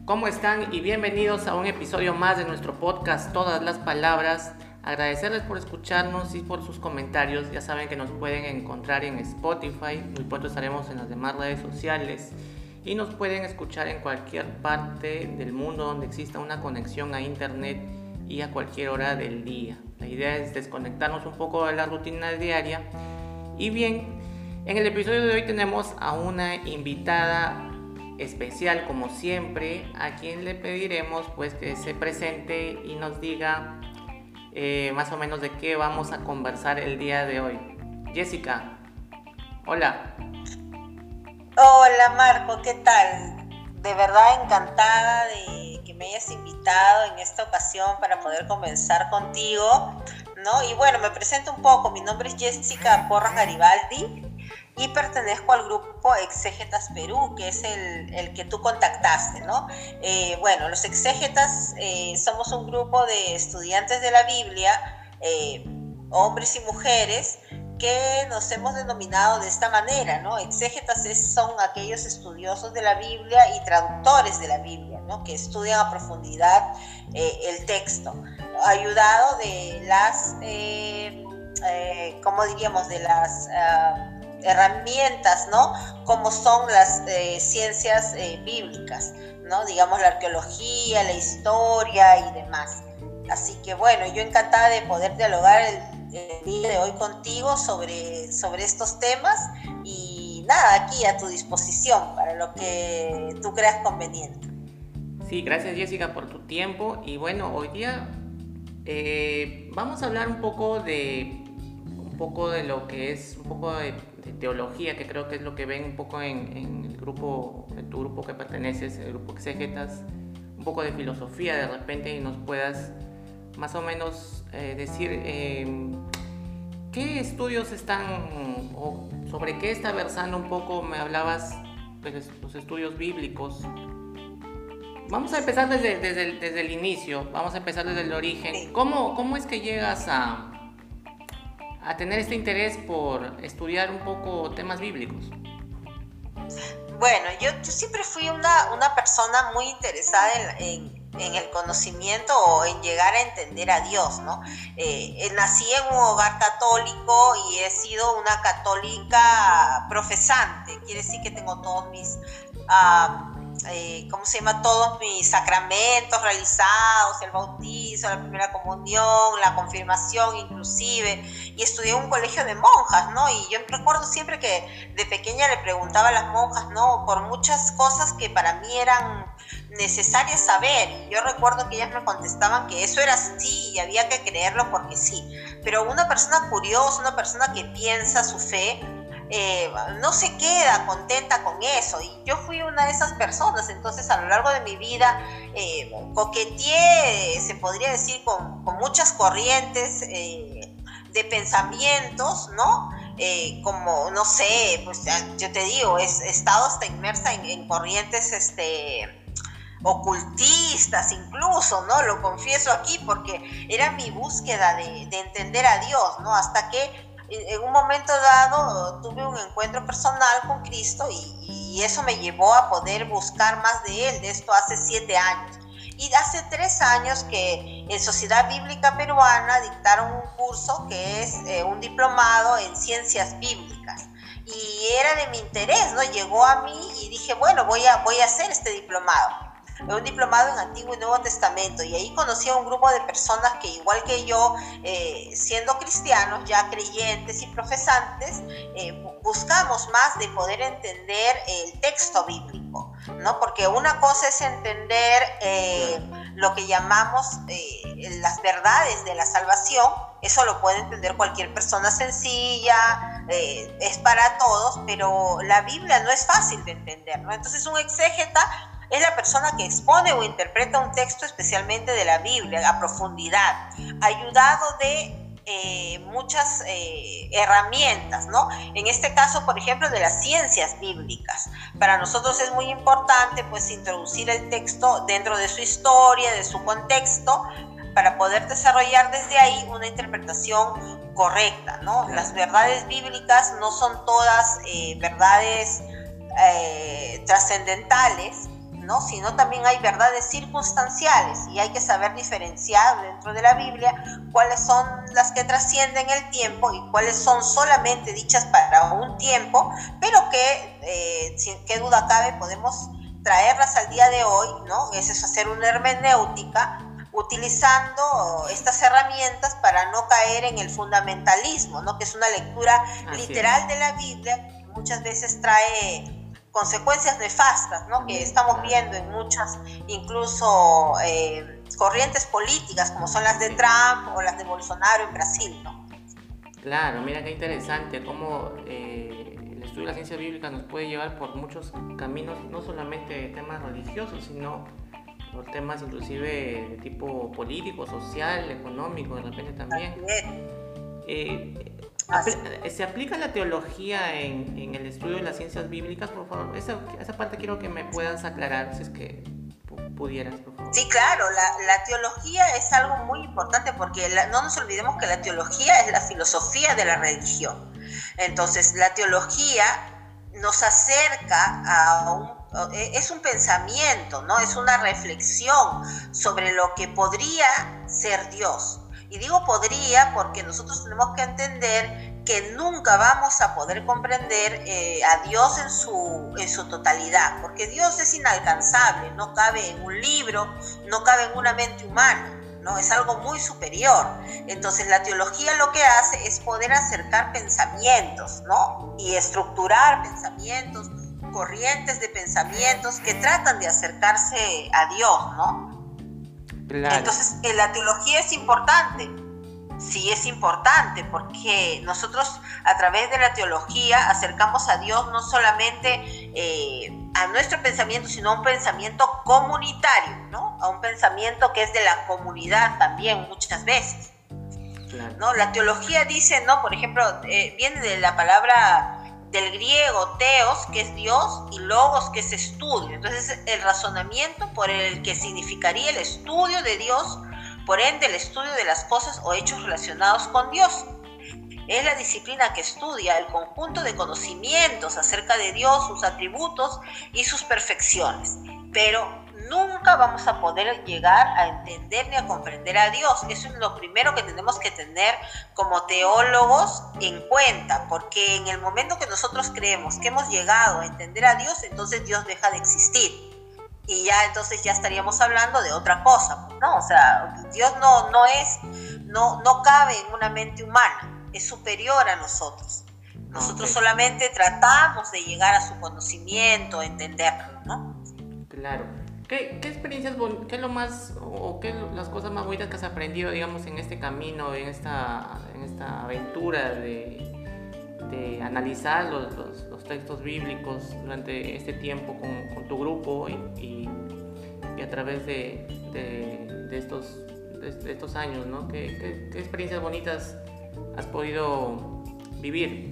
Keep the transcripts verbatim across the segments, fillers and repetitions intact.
¿Cómo están? Y bienvenidos a un episodio más de nuestro podcast Todas las Palabras. Agradecerles por escucharnos y por sus comentarios. Ya saben que nos pueden encontrar en Spotify, muy pronto estaremos en las demás redes sociales y nos pueden escuchar en cualquier parte del mundo donde exista una conexión a internet y a cualquier hora del día. La idea es desconectarnos un poco de la rutina diaria. Y bien, en el episodio de hoy tenemos a una invitada especial como siempre, a quien le pediremos pues que se presente y nos diga eh, más o menos de qué vamos a conversar el día de hoy. Jessica, hola. Hola Marco, ¿qué tal? De verdad encantada de que me hayas invitado en esta ocasión para poder conversar contigo, ¿no? Y bueno, me presento un poco, mi nombre es Jessica Porras Garibaldi y pertenezco al grupo Exégetas Perú, que es el, el que tú contactaste, ¿no? Eh, bueno, los exégetas eh, somos un grupo de estudiantes de la Biblia, eh, hombres y mujeres, que nos hemos denominado de esta manera, ¿no? Exégetas es, son aquellos estudiosos de la Biblia y traductores de la Biblia, ¿no? Que estudian a profundidad eh, el texto, ayudado de las, eh, eh, ¿cómo diríamos? De las uh, herramientas, ¿no? Como son las eh, ciencias eh, bíblicas, ¿no? Digamos la arqueología, la historia y demás. Así que bueno, yo encantada de poder dialogar el el día de hoy contigo sobre, sobre estos temas y nada, aquí a tu disposición para lo que tú creas conveniente. Sí, gracias Jessica por tu tiempo y bueno, hoy día eh, vamos a hablar un poco de un poco de lo que es un poco de, de teología, que creo que es lo que ven un poco en, en el grupo, en tu grupo que perteneces, el grupo Exégetas, un poco de filosofía de repente y nos puedas más o menos eh, decir eh, qué estudios están o sobre qué está versando un poco. Me hablabas de los estudios bíblicos. Vamos a empezar desde, desde, el, desde el inicio, vamos a empezar desde el origen. ¿Cómo, cómo es que llegas a, a tener este interés por estudiar un poco temas bíblicos? Bueno, yo, yo siempre fui una, una persona muy interesada en, en en el conocimiento o en llegar a entender a Dios, ¿no? Eh, nací en un hogar católico y he sido una católica profesante, quiere decir que tengo todos mis, uh, eh, ¿cómo se llama? Todos mis sacramentos realizados, el bautizo, la primera comunión, la confirmación inclusive, y estudié en un colegio de monjas, ¿no? Y yo recuerdo siempre que de pequeña le preguntaba a las monjas, ¿no? Por muchas cosas que para mí eran necesarias saber. Yo recuerdo que ellas me contestaban que eso era así y había que creerlo porque sí. Pero una persona curiosa, una persona que piensa su fe, eh, no se queda contenta con eso. Y yo fui una de esas personas. Entonces, a lo largo de mi vida, eh, coqueteé, se podría decir, con, con muchas corrientes eh, de pensamientos, ¿no? Eh, como, no sé, pues yo te digo, he, he estado hasta inmersa en, en corrientes, este... ocultistas incluso, ¿no? Lo confieso aquí porque era mi búsqueda de, de entender a Dios, ¿no? Hasta que en un momento dado tuve un encuentro personal con Cristo y, y eso me llevó a poder buscar más de Él. De esto hace siete años. Y hace tres años que en Sociedad Bíblica Peruana dictaron un curso que es eh, un diplomado en Ciencias Bíblicas. Y era de mi interés, ¿no? Llegó a mí y dije, bueno, voy a, voy a hacer este diplomado. Un diplomado en Antiguo y Nuevo Testamento, y ahí conocí a un grupo de personas que igual que yo, eh, siendo cristianos, ya creyentes y profesantes, eh, buscamos más de poder entender el texto bíblico, ¿no? Porque una cosa es entender eh, lo que llamamos eh, las verdades de la salvación. Eso lo puede entender cualquier persona sencilla, eh, es para todos, pero la Biblia no es fácil de entender, ¿no? Entonces un exégeta es la persona que expone o interpreta un texto, especialmente de la Biblia, a profundidad, ayudado de eh, muchas eh, herramientas, ¿no? En este caso, por ejemplo, de las ciencias bíblicas. Para nosotros es muy importante, pues, introducir el texto dentro de su historia, de su contexto, para poder desarrollar desde ahí una interpretación correcta, ¿no? Las verdades bíblicas no son todas eh, verdades eh, trascendentales, ¿no? Sino también hay verdades circunstanciales y hay que saber diferenciar dentro de la Biblia cuáles son las que trascienden el tiempo y cuáles son solamente dichas para un tiempo, pero que, eh, sin qué duda cabe, podemos traerlas al día de hoy, ¿no? Eso es hacer una hermenéutica utilizando estas herramientas para no caer en el fundamentalismo, ¿no? Que es una lectura Así literal es. de la Biblia que muchas veces trae consecuencias nefastas, ¿no? Que estamos viendo en muchas, incluso eh, corrientes políticas, como son las de sí. Trump o las de Bolsonaro en Brasil, ¿no? Claro, mira qué interesante cómo eh, el estudio de la ciencia bíblica nos puede llevar por muchos caminos, no solamente temas religiosos, sino por temas inclusive de tipo político, social, económico, de repente también. Eh, ¿Se aplica la teología en, en el estudio de las ciencias bíblicas, por favor? Esa, esa parte quiero que me puedas aclarar, si es que pudieras, por favor. Sí, claro, la, la teología es algo muy importante porque la, no nos olvidemos que la teología es la filosofía de la religión. Entonces, la teología nos acerca a un es un pensamiento, ¿no? Es una reflexión sobre lo que podría ser Dios. Y digo podría porque nosotros tenemos que entender que nunca vamos a poder comprender eh, a Dios en su, en su totalidad, porque Dios es inalcanzable, no cabe en un libro, no cabe en una mente humana, ¿no? Es algo muy superior. Entonces la teología lo que hace es poder acercar pensamientos, ¿no? Y estructurar pensamientos, corrientes de pensamientos que tratan de acercarse a Dios, ¿no? Claro. Entonces, la teología es importante, sí es importante, porque nosotros a través de la teología acercamos a Dios no solamente eh, a nuestro pensamiento, sino a un pensamiento comunitario, ¿no? A un pensamiento que es de la comunidad también muchas veces. Claro. ¿No? La teología dice, ¿no? Por ejemplo, eh, viene de la palabra del griego teos, que es Dios, y logos, que es estudio. Entonces, el razonamiento por el que significaría el estudio de Dios, por ende, el estudio de las cosas o hechos relacionados con Dios. Es la disciplina que estudia el conjunto de conocimientos acerca de Dios, sus atributos y sus perfecciones. Pero nunca vamos a poder llegar a entender ni a comprender a Dios. Eso es lo primero que tenemos que tener como teólogos en cuenta, porque en el momento que nosotros creemos que hemos llegado a entender a Dios, entonces Dios deja de existir. Y ya entonces ya estaríamos hablando de otra cosa, ¿no? O sea, Dios no, no es, no, no cabe en una mente humana, es superior a nosotros. Nosotros okay. solamente tratamos de llegar a su conocimiento, entenderlo, ¿no? Claro. ¿Qué, qué experiencias, qué es lo más, o qué las cosas más bonitas que has aprendido, digamos, en este camino, en esta, en esta aventura de, de analizar los, los, los textos bíblicos durante este tiempo con, con tu grupo y, y, y a través de, de, de, estos, de, de estos años, ¿no? ¿Qué, qué, qué experiencias bonitas has podido vivir?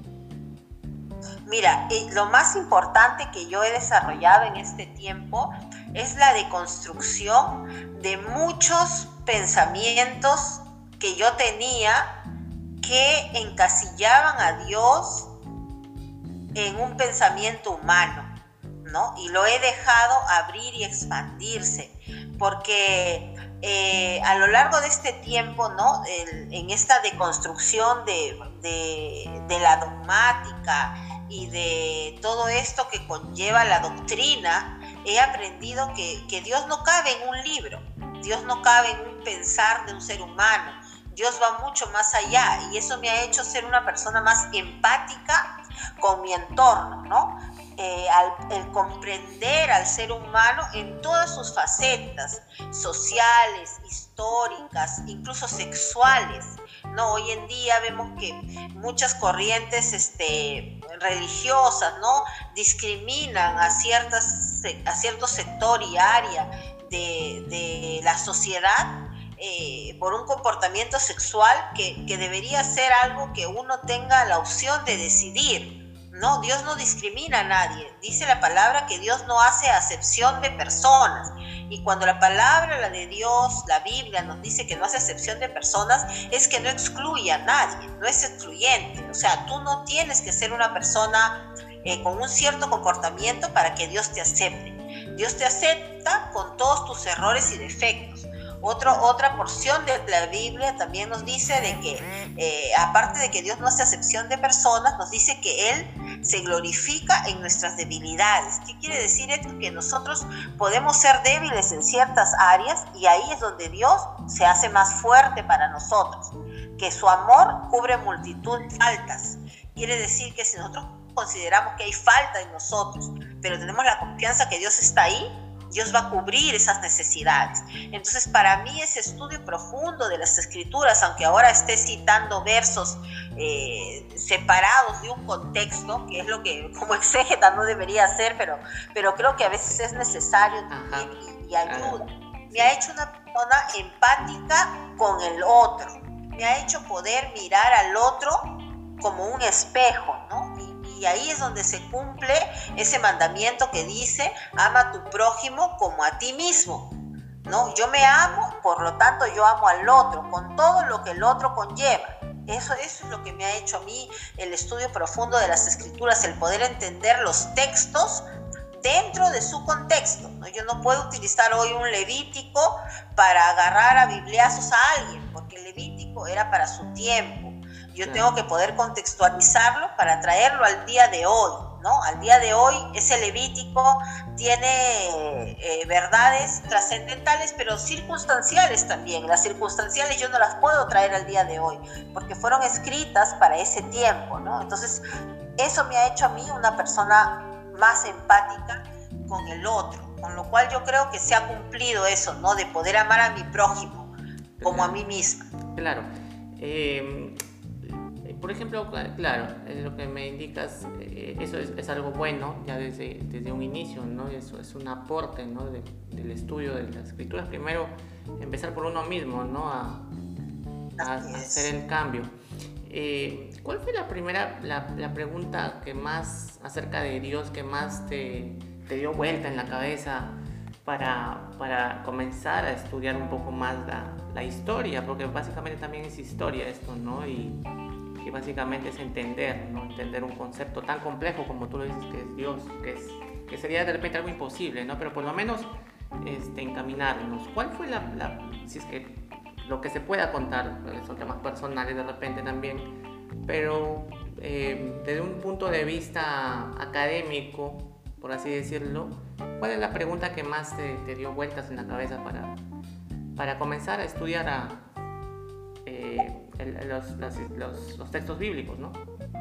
Mira, lo más importante que yo he desarrollado en este tiempo es la deconstrucción de muchos pensamientos que yo tenía que encasillaban a Dios en un pensamiento humano, ¿no? Y lo he dejado abrir y expandirse, porque eh, a lo largo de este tiempo, ¿no? El, en esta deconstrucción de, de, de la dogmática y de todo esto que conlleva la doctrina, he aprendido que, que Dios no cabe en un libro, Dios no cabe en un pensar de un ser humano, Dios va mucho más allá, y eso me ha hecho ser una persona más empática con mi entorno, ¿no? Eh, al, el comprender al ser humano en todas sus facetas, sociales, históricas, incluso sexuales, ¿no? Hoy en día vemos que muchas corrientes este, religiosas, ¿no? discriminan a, ciertas, a cierto sector y área de, de la sociedad eh, por un comportamiento sexual que, que debería ser algo que uno tenga la opción de decidir. No, Dios no discrimina a nadie. Dice la palabra que Dios no hace acepción de personas. Y cuando la palabra, la de Dios, la Biblia, nos dice que no hace acepción de personas, es que no excluye a nadie, no es excluyente. O sea, tú no tienes que ser una persona eh, con un cierto comportamiento para que Dios te acepte. Dios te acepta con todos tus errores y defectos. Otro, otra porción de la Biblia también nos dice de que, eh, aparte de que Dios no hace acepción de personas, nos dice que Él se glorifica en nuestras debilidades. ¿Qué quiere decir esto? Que nosotros podemos ser débiles en ciertas áreas y ahí es donde Dios se hace más fuerte para nosotros. Que su amor cubre multitud de faltas. Quiere decir que si nosotros consideramos que hay falta en nosotros, pero tenemos la confianza que Dios está ahí, Dios va a cubrir esas necesidades. Entonces, para mí ese estudio profundo de las Escrituras, aunque ahora esté citando versos eh, separados de un contexto, que es lo que como exégeta no debería hacer, pero, pero creo que a veces es necesario también y, y ayuda. Me ha hecho una persona empática con el otro. Me ha hecho poder mirar al otro como un espejo, ¿no? Y, Y ahí es donde se cumple ese mandamiento que dice, ama a tu prójimo como a ti mismo, ¿no? Yo me amo, por lo tanto yo amo al otro, con todo lo que el otro conlleva. Eso, eso es lo que me ha hecho a mí el estudio profundo de las Escrituras, el poder entender los textos dentro de su contexto, ¿no? Yo no puedo utilizar hoy un Levítico para agarrar a bibliazos a alguien, porque el Levítico era para su tiempo. Yo tengo que poder contextualizarlo para traerlo al día de hoy, ¿no? Al día de hoy ese Levítico tiene eh, verdades trascendentales, pero circunstanciales también. Las circunstanciales yo no las puedo traer al día de hoy, porque fueron escritas para ese tiempo, ¿no? Entonces, eso me ha hecho a mí una persona más empática con el otro, con lo cual yo creo que se ha cumplido eso, ¿no? De poder amar a mi prójimo como a mí misma. Claro. Eh... Por ejemplo, claro, lo que me indicas, eh, eso es, es algo bueno ya desde, desde un inicio, ¿no? Eso es un aporte, ¿no? De, del estudio de las Escrituras. Primero, empezar por uno mismo, ¿no? A, a, a hacer el cambio. Eh, ¿Cuál fue la primera, la, la pregunta que más acerca de Dios, que más te, te dio vuelta en la cabeza para, para comenzar a estudiar un poco más la, la historia? Porque básicamente también es historia esto, ¿no? Y y básicamente es entender, ¿no? Entender un concepto tan complejo como tú lo dices, que es Dios, que, es, que sería de repente algo imposible, ¿no? Pero por lo menos este, encaminarnos. ¿Cuál fue la, la, si es que lo que se pueda contar, son temas personales de repente también, pero eh, desde un punto de vista académico, por así decirlo, ¿cuál es la pregunta que más te, te dio vueltas en la cabeza para, para comenzar a estudiar a... Eh, El, los, los, los, los textos bíblicos, ¿no?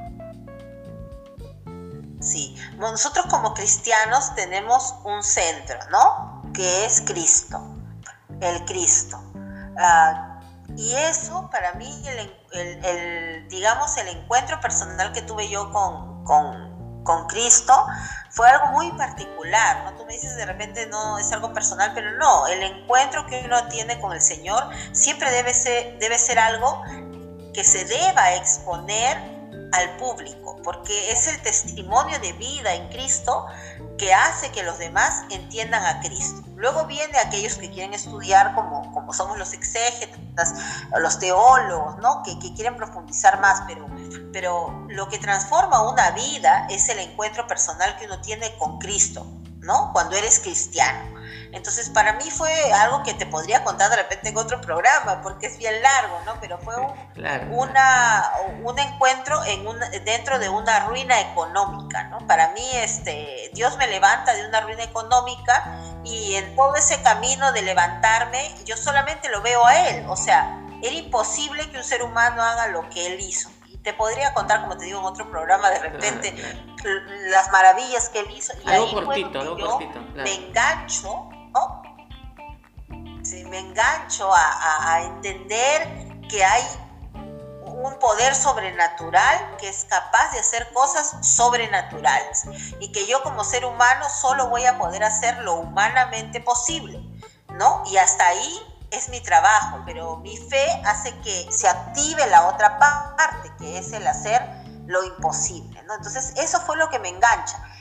Sí, nosotros como cristianos tenemos un centro, ¿no? Que es Cristo, el Cristo. Uh, y eso para mí, el, el, el, digamos, el encuentro personal que tuve yo con, con, con Cristo fue algo muy particular, ¿no? Tú me dices de repente no es algo personal, pero no, el encuentro que uno tiene con el Señor siempre debe ser, debe ser algo que se deba exponer al público, porque es el testimonio de vida en Cristo que hace que los demás entiendan a Cristo. Luego viene aquellos que quieren estudiar como, como somos los exégetas, los teólogos, ¿no? que, que quieren profundizar más, pero, pero lo que transforma una vida es el encuentro personal que uno tiene con Cristo, ¿no? Cuando eres cristiano. Entonces, para mí fue algo que te podría contar de repente en otro programa, porque es bien largo, ¿no? Pero fue un, claro, una, un encuentro en un, dentro de una ruina económica, ¿no? Para mí, este, Dios me levanta de una ruina económica y en todo ese camino de levantarme, yo solamente lo veo a Él. O sea, era imposible que un ser humano haga lo que Él hizo. Te podría contar, como te digo, en otro programa de repente, claro, claro, las maravillas que él hizo. Y algo ahí cortito, algo yo cortito, claro. me engancho, ¿no? Sí, me engancho a, a, a entender que hay un poder sobrenatural que es capaz de hacer cosas sobrenaturales y que yo como ser humano solo voy a poder hacer lo humanamente posible, ¿no? Y hasta ahí es mi trabajo, pero mi fe hace que se active la otra parte, que es el hacer lo imposible, ¿no? Entonces, eso fue lo que me engancha.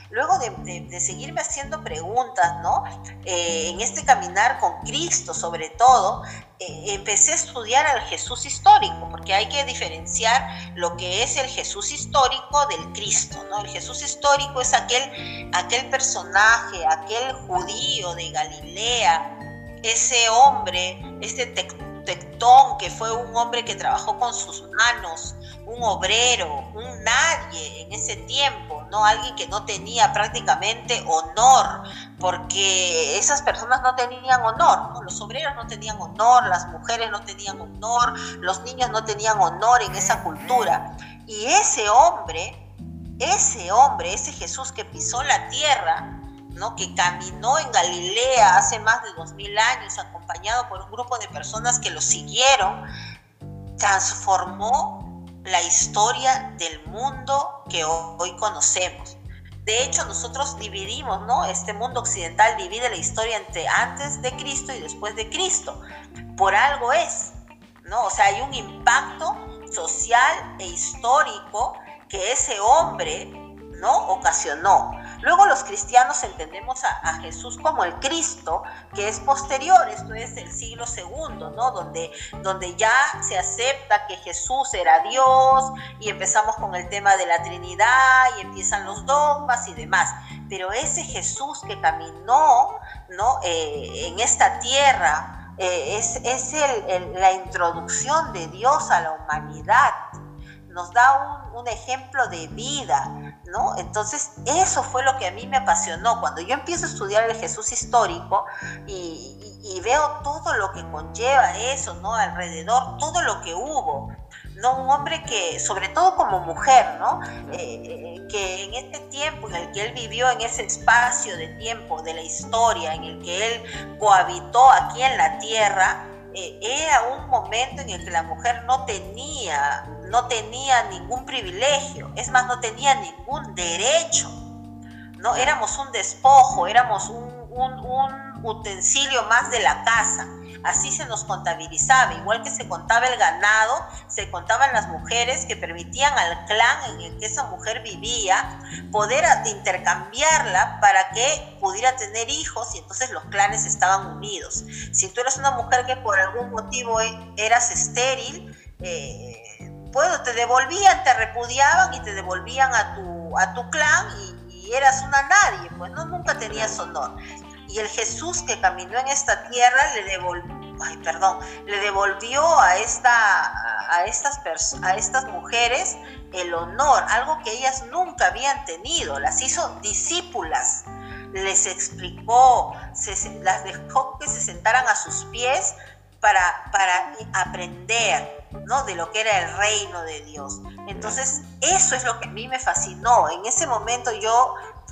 luego de, de, de seguirme haciendo preguntas, ¿no? Eh, en este caminar con Cristo, sobre todo, eh, empecé a estudiar al Jesús histórico, porque hay que diferenciar lo que es el Jesús histórico del Cristo, ¿no? El Jesús histórico es aquel, aquel personaje, aquel judío de Galilea, ese hombre, este tectón que fue un hombre que trabajó con sus manos, un obrero, un nadie en ese tiempo, ¿no? Alguien que no tenía prácticamente honor, porque esas personas no tenían honor, ¿no? Los obreros no tenían honor, las mujeres no tenían honor, los niños no tenían honor en esa cultura. Y ese hombre, ese hombre, ese Jesús que pisó la tierra, ¿no? Que caminó en Galilea hace más de dos mil años, acompañado por un grupo de personas que lo siguieron, transformó la historia del mundo que hoy conocemos. De hecho, nosotros dividimos, ¿no? Este mundo occidental divide la historia entre antes de Cristo y después de Cristo. Por algo es, ¿no? O sea, hay un impacto social e histórico que ese hombre, ¿no? Ocasionó. Luego los cristianos entendemos a, a Jesús como el Cristo, que es posterior, esto es el siglo segundo, ¿no? Donde, donde ya se acepta que Jesús era Dios y empezamos con el tema de la Trinidad y empiezan los dogmas y demás. Pero ese Jesús que caminó, ¿no? eh, en esta tierra eh, es, es el, el, la introducción de Dios a la humanidad. Nos da un, un ejemplo de vida, ¿no? Entonces, eso fue lo que a mí me apasionó. Cuando yo empiezo a estudiar el Jesús histórico y, y, y veo todo lo que conlleva eso, ¿no? Alrededor, todo lo que hubo, ¿no? Un hombre que, sobre todo como mujer, ¿no? Eh, que en este tiempo en el que él vivió, en ese espacio de tiempo de la historia, en el que él cohabitó aquí en la tierra, eh, era un momento en el que la mujer no tenía, no tenía ningún privilegio, es más, no tenía ningún derecho, ¿no? Éramos un despojo, éramos un, un, un utensilio más de la casa. Así se nos contabilizaba, igual que se contaba el ganado, se contaban las mujeres que permitían al clan en el que esa mujer vivía poder intercambiarla para que pudiera tener hijos y entonces los clanes estaban unidos. Si tú eres una mujer que por algún motivo eras estéril, eh, bueno, te devolvían, te repudiaban y te devolvían a tu, a tu clan y, y eras una nadie, pues no, nunca tenías honor. Y el Jesús que caminó en esta tierra le devolvió, ay, perdón, le devolvió a, esta, a, estas perso- a estas mujeres el honor, algo que ellas nunca habían tenido, las hizo discípulas, les explicó, se, las dejó que se sentaran a sus pies para, para aprender, ¿no? De lo que era el reino de Dios. Entonces, eso es lo que a mí me fascinó. En ese momento yo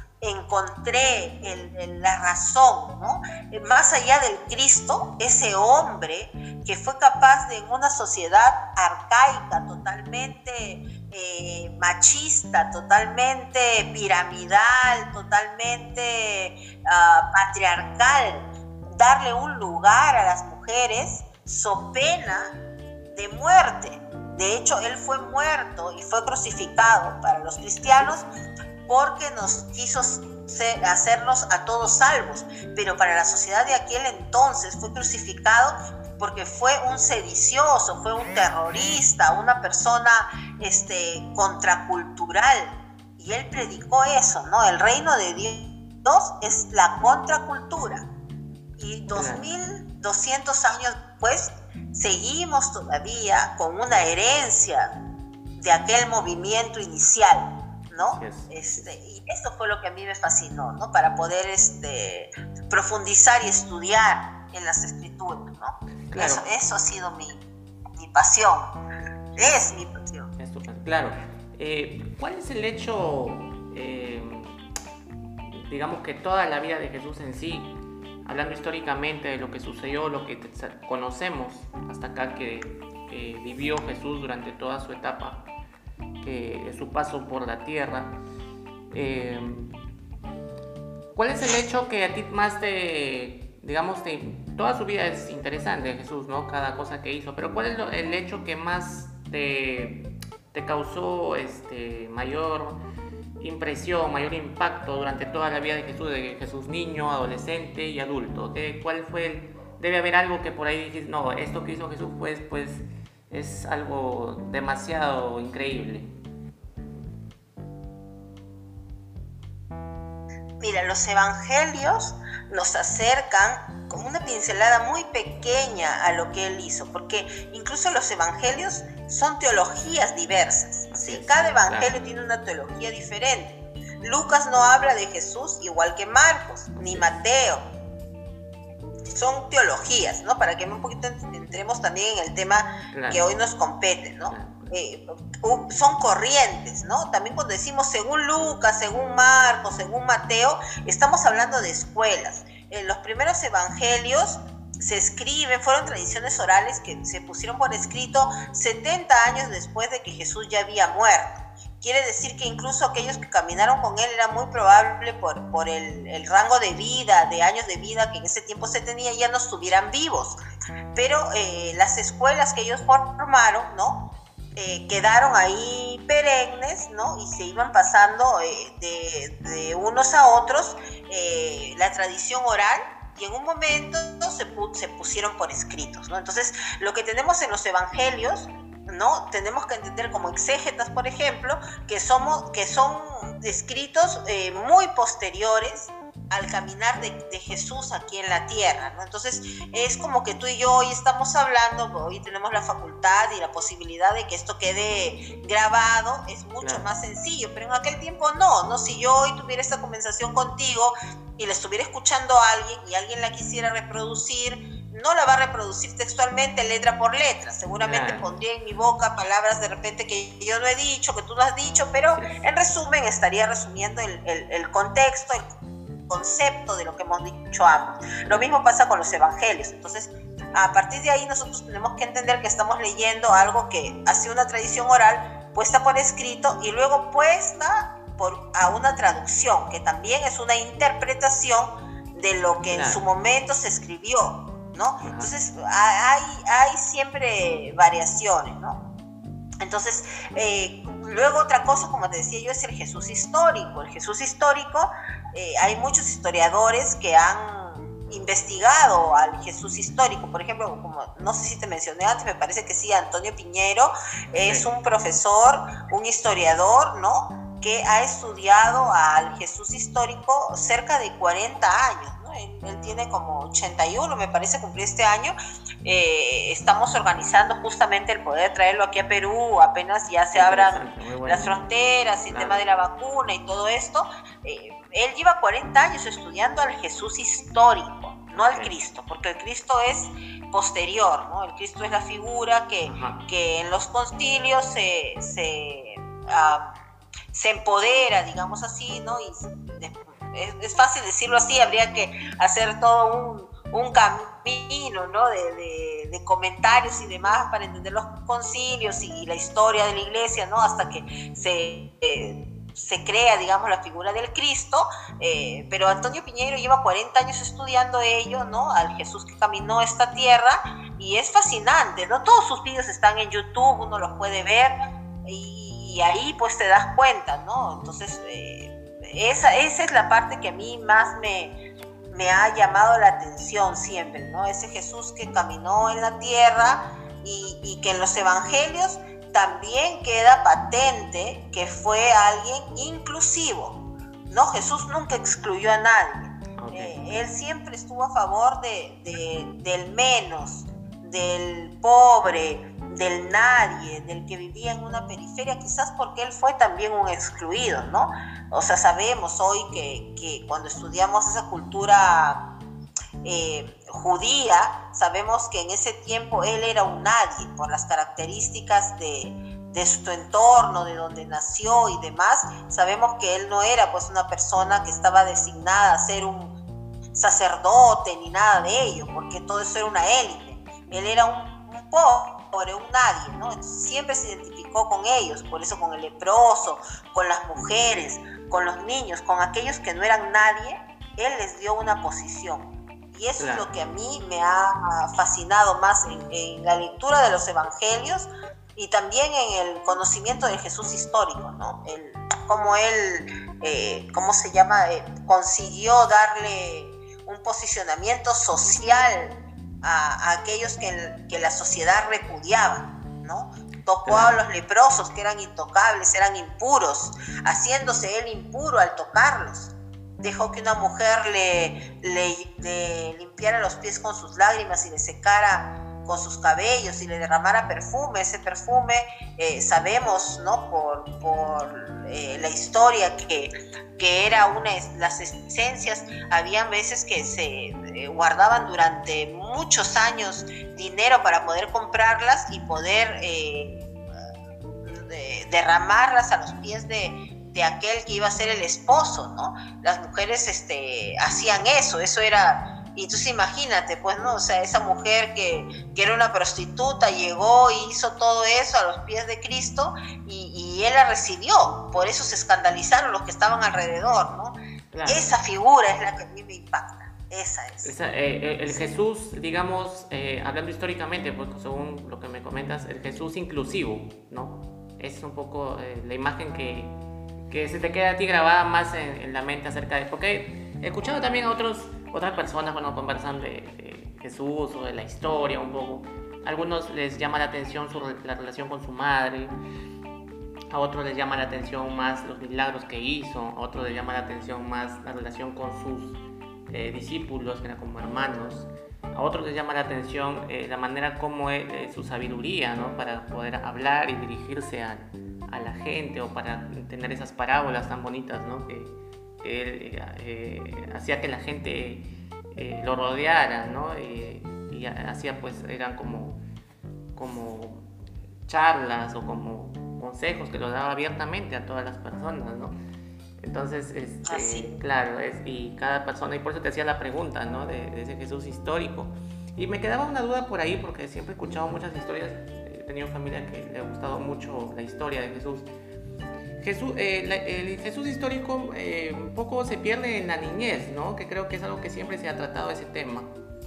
encontré el, el, la razón, ¿no? Más allá del Cristo, ese hombre que fue capaz de, en una sociedad arcaica, totalmente eh, machista, totalmente piramidal, totalmente uh, patriarcal, darle un lugar a las mujeres so pena de muerte. De hecho, él fue muerto y fue crucificado para los cristianos porque nos quiso ser, hacernos a todos salvos, pero para la sociedad de aquel entonces fue crucificado porque fue un sedicioso, fue un terrorista, una persona este, contracultural, y él predicó eso, ¿no? El reino de Dios es la contracultura, y dos mil doscientos años después seguimos todavía con una herencia de aquel movimiento inicial, ¿no? Yes, este, yes. Y eso fue lo que a mí me fascinó, ¿no? Para poder este, profundizar y estudiar en las escrituras, ¿no? Claro. Eso, eso ha sido mi, mi pasión, es mi pasión. Estupendo. Claro. Eh, ¿Cuál es el hecho, eh, digamos que toda la vida de Jesús en sí, hablando históricamente de lo que sucedió, lo que conocemos hasta acá que eh, vivió Jesús durante toda su etapa, que su paso por la tierra, eh, ¿cuál es el hecho que a ti más te, digamos, te, toda su vida es interesante Jesús, ¿no? Cada cosa que hizo, pero ¿cuál es lo, el hecho que más te, te causó este, mayor impresión, mayor impacto durante toda la vida de Jesús, de Jesús niño, adolescente y adulto? ¿Qué, ¿Cuál fue el, debe haber algo que por ahí dijiste, no, esto que hizo Jesús pues, pues es algo demasiado increíble? Mira, los evangelios nos acercan con una pincelada muy pequeña a lo que él hizo, porque incluso los evangelios son teologías diversas, ¿sí? Cada evangelio claro. tiene una teología diferente. Lucas no habla de Jesús igual que Marcos, ni Mateo. Son teologías, ¿no? Para que un poquito entremos también en el tema claro. que hoy nos compete, ¿no? Claro. Eh, son corrientes, ¿no? También cuando decimos según Lucas, según Marcos, según Mateo, estamos hablando de escuelas. Eh, los primeros evangelios se escriben, fueron tradiciones orales que se pusieron por escrito setenta años después de que Jesús ya había muerto. Quiere decir que incluso aquellos que caminaron con él era muy probable por, por el, el rango de vida, de años de vida que en ese tiempo se tenía, ya no estuvieran vivos. Pero eh, las escuelas que ellos formaron, ¿no? Eh, quedaron ahí perennes, ¿no? Y se iban pasando eh, de, de unos a otros eh, la tradición oral, y en un momento se, pu- se pusieron por escritos, ¿no? Entonces, lo que tenemos en los evangelios, ¿no? Tenemos que entender como exégetas, por ejemplo, que, somos, que son escritos eh, muy posteriores al caminar de, de Jesús aquí en la tierra, ¿no? Entonces es como que tú y yo hoy estamos hablando, hoy tenemos la facultad y la posibilidad de que esto quede grabado, es mucho claro. más sencillo, pero en aquel tiempo no, ¿no? Si yo hoy tuviera esta conversación contigo y la estuviera escuchando a alguien y alguien la quisiera reproducir, no la va a reproducir textualmente letra por letra, seguramente claro. pondría en mi boca palabras de repente que yo no he dicho, que tú no has dicho, pero sí. en resumen estaría resumiendo el, el, el contexto, el concepto de lo que hemos dicho ambos. Lo mismo pasa con los evangelios. Entonces, a partir de ahí nosotros tenemos que entender que estamos leyendo algo que ha sido una tradición oral puesta por escrito y luego puesta por, a una traducción, que también es una interpretación de lo que claro. en su momento se escribió, ¿no? Ajá. Entonces, hay, hay siempre variaciones, ¿no? Entonces, eh, luego otra cosa, como te decía yo, es el Jesús histórico. El Jesús histórico, eh, hay muchos historiadores que han investigado al Jesús histórico. Por ejemplo, como no sé si te mencioné antes, me parece que sí, Antonio Piñero es un profesor, un historiador, ¿no? Que ha estudiado al Jesús histórico cerca de cuarenta años, ¿no? Él, él tiene como ochenta y uno, me parece, cumplió este año. Eh, estamos organizando justamente el poder traerlo aquí a Perú, apenas ya se abran bueno. las fronteras, el claro. tema de la vacuna y todo esto. Eh, él lleva cuarenta años estudiando al Jesús histórico, no al Cristo, porque el Cristo es posterior, ¿no? El Cristo es la figura que, que en los concilios se, se, uh, se empodera, digamos así, ¿no? Y es, es fácil decirlo así, habría que hacer todo un un camino, ¿no? de, de, de comentarios y demás para entender los concilios y la historia de la iglesia, ¿no? Hasta que se, eh, se crea, digamos, la figura del Cristo, eh, pero Antonio Piñeiro lleva cuarenta años estudiando ello, ¿no? Al Jesús que caminó esta tierra, y es fascinante, ¿no? Todos sus vídeos están en YouTube, uno los puede ver, y, y ahí pues te das cuenta, ¿no? Entonces, eh, esa, esa es la parte que a mí más me... me ha llamado la atención siempre, ¿no? Ese Jesús que caminó en la tierra y, y que en los evangelios también queda patente que fue alguien inclusivo, ¿no? Jesús nunca excluyó a nadie. Okay. Eh, él siempre estuvo a favor de, de, del menos, del pobre, del nadie, del que vivía en una periferia, quizás porque él fue también un excluido, ¿no? O sea, sabemos hoy que, que cuando estudiamos esa cultura eh, judía, sabemos que en ese tiempo él era un nadie, por las características de, de su entorno, de donde nació y demás. Sabemos que él no era pues una persona que estaba designada a ser un sacerdote ni nada de ello, porque todo eso era una élite. Él era un, un pobre, un nadie, ¿no? Entonces, siempre se identificó con ellos, por eso con el leproso, con las mujeres, con los niños, con aquellos que no eran nadie, él les dio una posición. Y eso claro. es lo que a mí me ha fascinado más en, en la lectura de los evangelios, y también en el conocimiento del Jesús histórico, ¿no? El, cómo él, eh, ¿cómo se llama? Eh, consiguió darle un posicionamiento social a, a aquellos que, que la sociedad repudiaba, ¿no? Tocó a los leprosos, que eran intocables, eran impuros, haciéndose él impuro al tocarlos. Dejó que una mujer le, le, le limpiara los pies con sus lágrimas y le secara con sus cabellos y le derramara perfume. Ese perfume, eh, sabemos, ¿no? por, por eh, la historia que, que era una, las esencias, habían veces que se eh, guardaban durante muchos años dinero para poder comprarlas y poder eh, de, derramarlas a los pies de de aquel que iba a ser el esposo, ¿no? Las mujeres este, hacían eso, eso era, y entonces imagínate, pues, ¿no? O sea, esa mujer que, que era una prostituta, llegó y hizo todo eso a los pies de Cristo, y, y él la recibió, por eso se escandalizaron los que estaban alrededor, ¿no? Claro. Esa figura es la que a mí me impacta, esa es. Esa, eh, el Jesús, digamos, eh, hablando históricamente, porque según lo que me comentas, el Jesús inclusivo, ¿no? Es un poco eh, la imagen que que se te queda a ti grabada más en, en la mente acerca de... Porque he escuchado también a otros, otras personas cuando conversan de, de Jesús o de la historia un poco. A algunos les llama la atención su, la relación con su madre, a otros les llama la atención más los milagros que hizo, a otros les llama la atención más la relación con sus eh, discípulos, que eran como hermanos, a otros les llama la atención eh, la manera como él, eh, su sabiduría, ¿no? Para poder hablar y dirigirse a... a la gente, o para tener esas parábolas tan bonitas, ¿no? que, que él eh, hacía que la gente eh, lo rodeara, ¿no? eh, y hacía, pues, eran como, como charlas o como consejos que los daba abiertamente a todas las personas, ¿no? Entonces, este, Así. claro, es, y cada persona, y por eso te hacía la pregunta, ¿no? de, de ese Jesús histórico, y me quedaba una duda por ahí, porque siempre he escuchado muchas historias. He tenido familia que le ha gustado mucho la historia de Jesús. Jesús eh, la, el Jesús histórico eh, un poco se pierde en la niñez, ¿no? Que creo que es algo que siempre se ha tratado ese tema.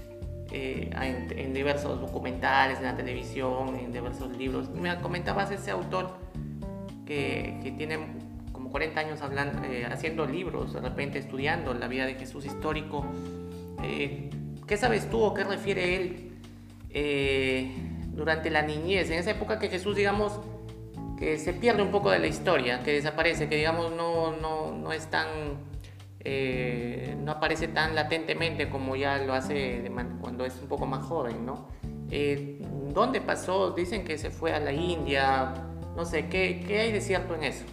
Eh, en, en diversos documentales, en la televisión, en diversos libros. Me comentabas ese autor que, que tiene como cuarenta años hablando, eh, haciendo libros, de repente estudiando la vida de Jesús histórico. Eh, ¿Qué sabes tú o qué refiere él eh, durante la niñez, en esa época que Jesús, digamos, que se pierde un poco de la historia, que desaparece, que digamos no, no, no es tan, eh, no aparece tan latentemente como ya lo hace de man- cuando es un poco más joven, ¿no? Eh, ¿Dónde pasó? Dicen que se fue a la India, no sé, ¿qué, qué hay de cierto en eso?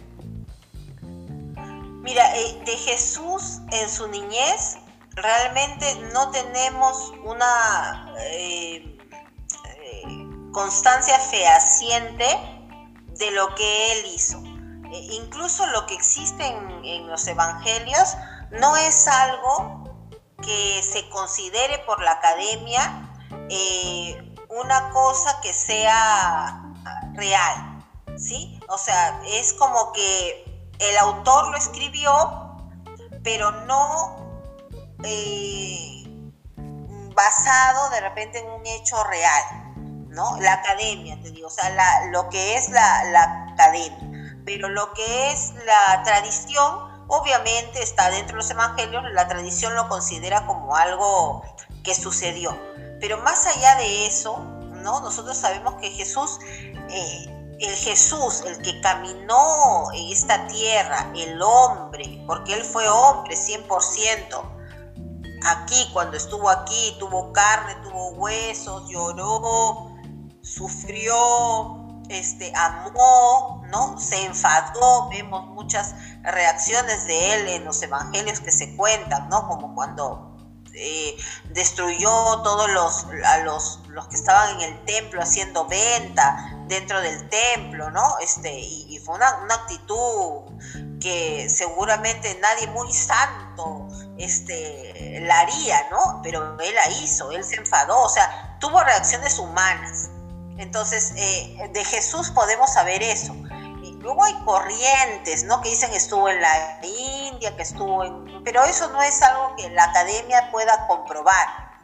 Mira, eh, de Jesús en su niñez realmente no tenemos una eh, eh, constancia fehaciente de lo que él hizo. Eh, incluso lo que existe en, en los evangelios no es algo que se considere por la academia eh, una cosa que sea real, ¿sí? O sea, es como que el autor lo escribió, pero no eh, basado de repente en un hecho real, ¿no? La academia, te digo, o sea, la, lo que es la, la academia, pero lo que es la tradición, obviamente está dentro de los evangelios, la tradición lo considera como algo que sucedió, pero más allá de eso, ¿no? Nosotros sabemos que Jesús, eh, el Jesús, el que caminó en esta tierra, el hombre, porque él fue hombre cien por ciento, aquí, cuando estuvo aquí, tuvo carne, tuvo huesos, lloró, sufrió, este, amó, ¿no? Se enfadó. Vemos muchas reacciones de él en los evangelios que se cuentan, ¿no? Como cuando eh, destruyó todos los, a los, los que estaban en el templo haciendo venta dentro del templo, ¿no? Este, y, y fue una, una actitud que seguramente nadie muy santo este, la haría, ¿no? Pero él la hizo, él se enfadó, o sea, tuvo reacciones humanas. Entonces, eh, de Jesús podemos saber eso. Y luego hay corrientes, ¿no? Que dicen que estuvo en la India, que estuvo en... Pero eso no es algo que la academia pueda comprobar.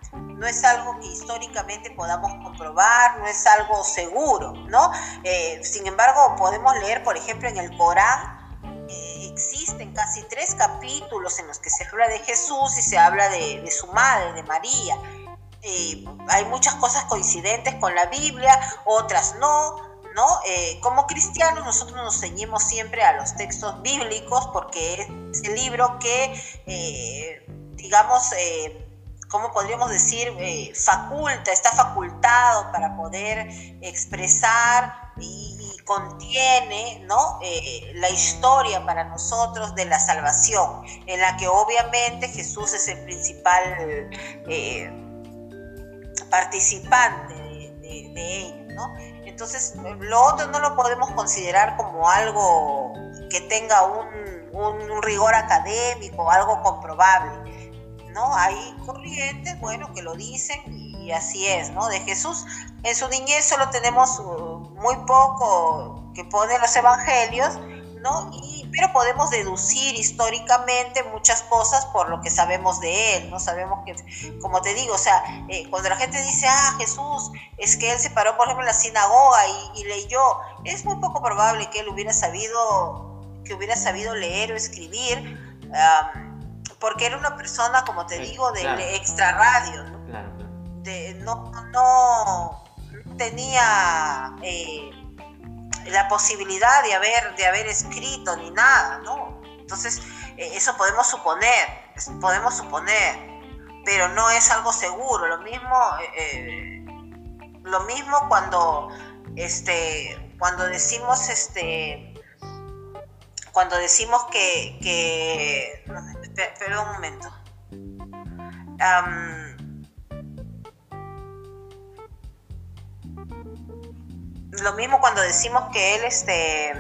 no es algo que históricamente podamos comprobar, no es algo seguro, ¿no? Eh, sin embargo, podemos leer, por ejemplo, en el Corán, eh, existen casi tres capítulos en los que se habla de Jesús y se habla de, de su madre, de María. Eh, hay muchas cosas coincidentes con la Biblia, otras no, ¿no? Eh, como cristianos nosotros nos ceñimos siempre a los textos bíblicos porque es el libro que, eh, digamos, eh, ¿cómo podríamos decir? Eh, faculta, está facultado para poder expresar y, y contiene, ¿no? Eh, la historia para nosotros de la salvación, en la que obviamente Jesús es el principal eh, participante de, de, de ello, ¿no? Entonces, lo otro no lo podemos considerar como algo que tenga un, un, un rigor académico, algo comprobable, ¿no? Hay corrientes, bueno, que lo dicen y así es, ¿no? De Jesús, en su niñez solo tenemos uh, muy poco que pone los evangelios, ¿no? Y, pero podemos deducir históricamente muchas cosas por lo que sabemos de él, ¿no? Sabemos que, como te digo, o sea, eh, cuando la gente dice, ah, Jesús, es que él se paró, por ejemplo, en la sinagoga y, y leyó, es muy poco probable que él hubiera sabido, que hubiera sabido leer o escribir, um, porque era una persona, como te digo, de claro. extra radio, ¿no? Claro. De, no, no tenía eh, la posibilidad de haber, de haber escrito ni nada, ¿no? Entonces, eh, eso podemos suponer, podemos suponer, pero no es algo seguro. Lo mismo, eh, lo mismo cuando, este, cuando decimos, este, cuando decimos que, que perdón un momento. Um, Lo mismo cuando decimos que él, este,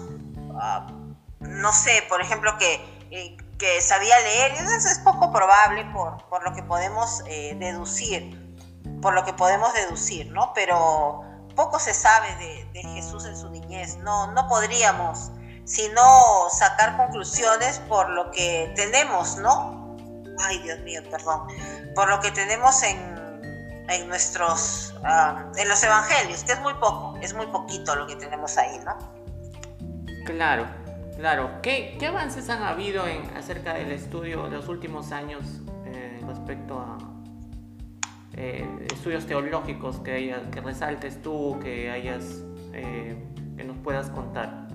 uh, no sé, por ejemplo, que, que sabía leer, eso es poco probable por, por lo que podemos eh, deducir, por lo que podemos deducir, ¿no? Pero poco se sabe de, de Jesús en su niñez, no, no podríamos sino sacar conclusiones por lo que tenemos, ¿no? Ay, Dios mío, perdón, por lo que tenemos en en nuestros um, en los evangelios, que es muy poco, es muy poquito lo que tenemos ahí, ¿no? Claro, claro. ¿Qué, qué avances han habido en, acerca del estudio de los últimos años eh, respecto a eh, estudios teológicos que, haya, que resaltes tú, que hayas, eh, que nos puedas contar?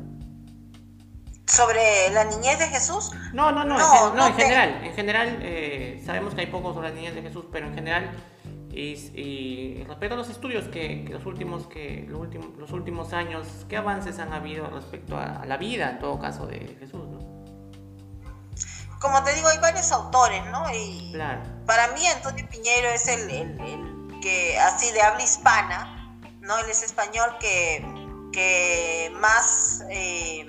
¿Sobre la niñez de Jesús? No, no, no, no, en, no, no en te... general, en general eh, sabemos que hay poco sobre la niñez de Jesús, pero en general Y, y respecto a los estudios que, que los últimos que los últimos los últimos años, ¿qué avances han habido respecto a, a la vida, en todo caso, de Jesús, ¿no? Como te digo, hay varios autores, ¿no? Y claro. Para mí Antonio Piñeiro es el, el, el que, así de habla hispana, ¿no? Él es español que, que más eh,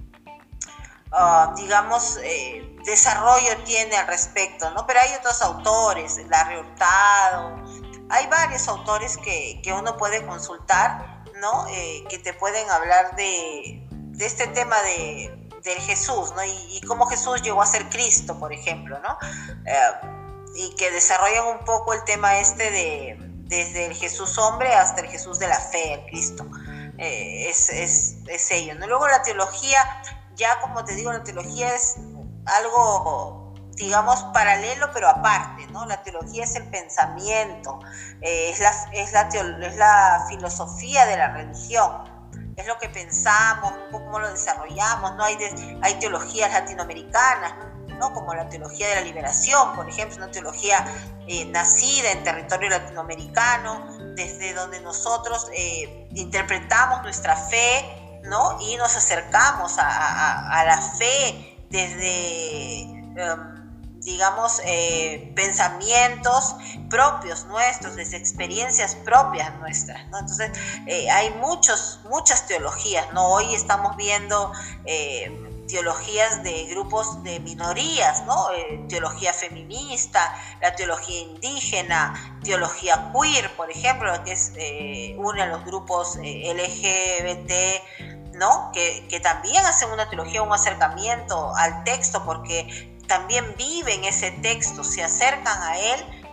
uh, digamos eh, desarrollo tiene al respecto, ¿no? Pero hay otros autores, Larry Hurtado, hay varios autores que, que uno puede consultar, ¿no? Eh, que te pueden hablar de, de este tema de, del Jesús, ¿no? Y, y cómo Jesús llegó a ser Cristo, por ejemplo, ¿no? Eh, y que desarrollan un poco el tema este de desde el Jesús hombre hasta el Jesús de la fe, el Cristo. Eh, es, es, es ello, ¿no? Luego la teología, ya como te digo, la teología es algo, digamos, paralelo pero aparte, ¿no? La teología es el pensamiento, eh, es, la, es, la teolo, es la filosofía de la religión, es lo que pensamos, cómo lo desarrollamos, ¿no? Hay, de, hay teologías latinoamericanas, ¿no? Como la teología de la liberación, por ejemplo, una teología eh, nacida en territorio latinoamericano, desde donde nosotros eh, interpretamos nuestra fe, ¿no? Y nos acercamos a, a, a la fe desde, um, digamos, eh, pensamientos propios nuestros, desde experiencias propias nuestras, ¿no? Entonces, eh, hay muchos, muchas teologías, ¿no? Hoy estamos viendo eh, teologías de grupos de minorías, ¿no? Eh, teología feminista, la teología indígena, teología queer, por ejemplo, que es eh, uno de los grupos eh, L G B T, ¿no? Que, que también hacen una teología, un acercamiento al texto, porque también viven ese texto, se acercan a él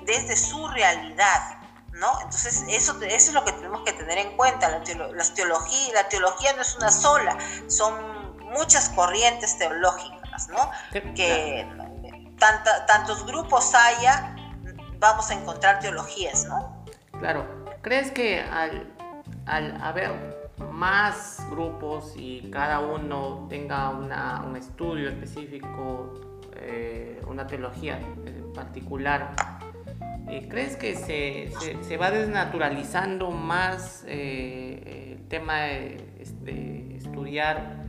desde su realidad, ¿no? Entonces eso, eso es lo que tenemos que tener en cuenta. La, teolo, las teología, la teología no es una sola, son muchas corrientes teológicas, ¿no? Que tanta, tantos grupos haya, vamos a encontrar teologías, ¿no? Claro. ¿Crees que al, al haber más grupos y cada uno tenga una, un estudio específico, eh, una teología en particular, eh, ¿crees que se, se, se va desnaturalizando más eh, el tema de, de estudiar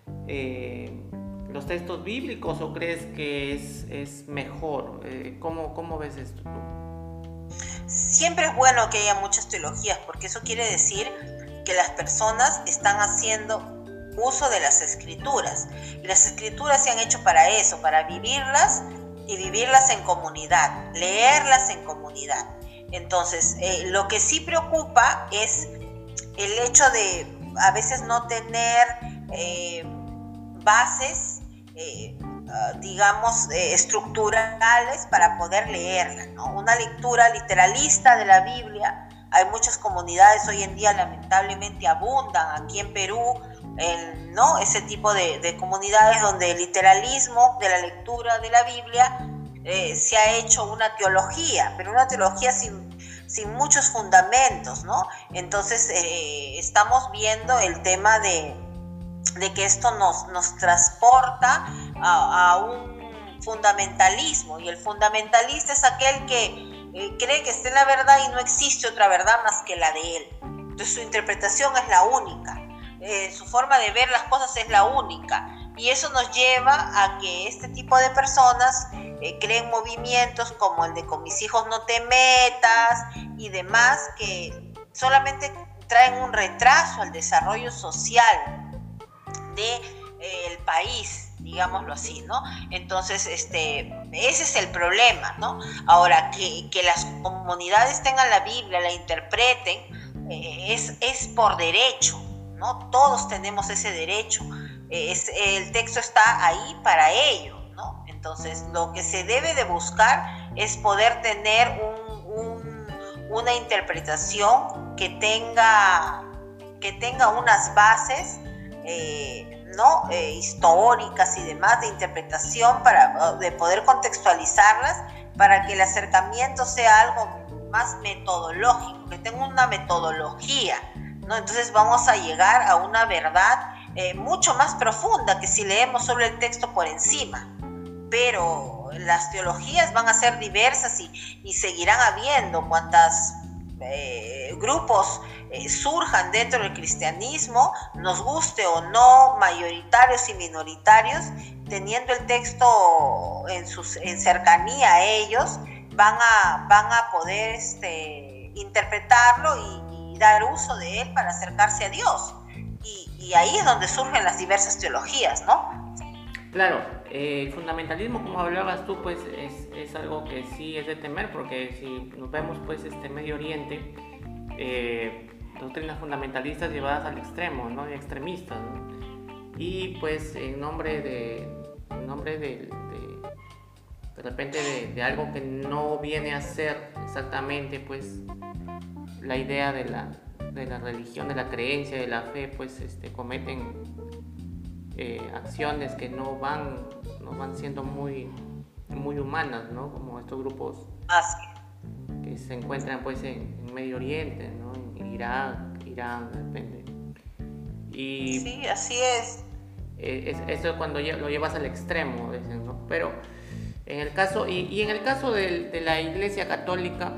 eh, los textos bíblicos, o crees que es, es mejor? Eh, ¿cómo, ¿Cómo ves esto tú? Siempre es bueno que haya muchas teologías, porque eso quiere decir que las personas están haciendo uso de las escrituras. Y las escrituras se han hecho para eso, para vivirlas y vivirlas en comunidad, leerlas en comunidad. Entonces, eh, lo que sí preocupa es el hecho de a veces no tener eh, bases, eh, uh, digamos, eh, estructurales para poder leerla, ¿no? Una lectura literalista de la Biblia. Hay muchas comunidades hoy en día, lamentablemente abundan aquí en Perú, el, ¿no? Ese tipo de, de comunidades donde el literalismo de la lectura de la Biblia eh, se ha hecho una teología, pero una teología sin, sin muchos fundamentos, ¿no? Entonces eh, estamos viendo el tema de, de que esto nos, nos transporta a, a un fundamentalismo, y el fundamentalista es aquel que Eh, cree que está en la verdad y no existe otra verdad más que la de él. Entonces su interpretación es la única, eh, su forma de ver las cosas es la única, y eso nos lleva a que este tipo de personas eh, creen movimientos como el de con mis hijos no te metas y demás, que solamente traen un retraso al desarrollo social del de, eh, país, digámoslo así, ¿no? Entonces, este, ese es el problema, ¿no? Ahora, que, que las comunidades tengan la Biblia, la interpreten, eh, es, es por derecho, ¿no? Todos tenemos ese derecho, es, el texto está ahí para ello, ¿no? Entonces, lo que se debe de buscar es poder tener un, un, una interpretación que tenga, que tenga unas bases, eh, ¿no? Eh, históricas y demás de interpretación, para de poder contextualizarlas, para que el acercamiento sea algo más metodológico, que tenga una metodología, ¿no? Entonces vamos a llegar a una verdad eh, mucho más profunda que si leemos solo el texto por encima. Pero las teologías van a ser diversas y, y seguirán habiendo cuantas eh, grupos Eh, surjan dentro del cristianismo, nos guste o no, mayoritarios y minoritarios, teniendo el texto en, sus, en cercanía a ellos, van a, van a poder este, interpretarlo y, y dar uso de él para acercarse a Dios. Y, y ahí es donde surgen las diversas teologías, ¿no? Claro, eh, el fundamentalismo, como hablabas tú, pues es, es algo que sí es de temer, porque si nos vemos pues este Medio Oriente, eh, doctrinas fundamentalistas llevadas al extremo, ¿no? Y extremistas, ¿no? Y pues en nombre de, en nombre de, de, de repente de, de algo que no viene a ser exactamente pues la idea de la, de la religión, de la creencia, de la fe, pues este, cometen eh, acciones que no van, no van siendo muy, muy humanas, ¿no? Como estos grupos Así. que se encuentran pues en, en Medio Oriente, ¿no? En Irak, Irán, depende. Y sí, así es. Eh, es eso cuando lo llevas al extremo, dicen, ¿no? Pero en el caso, y, y en el caso de, de la Iglesia Católica,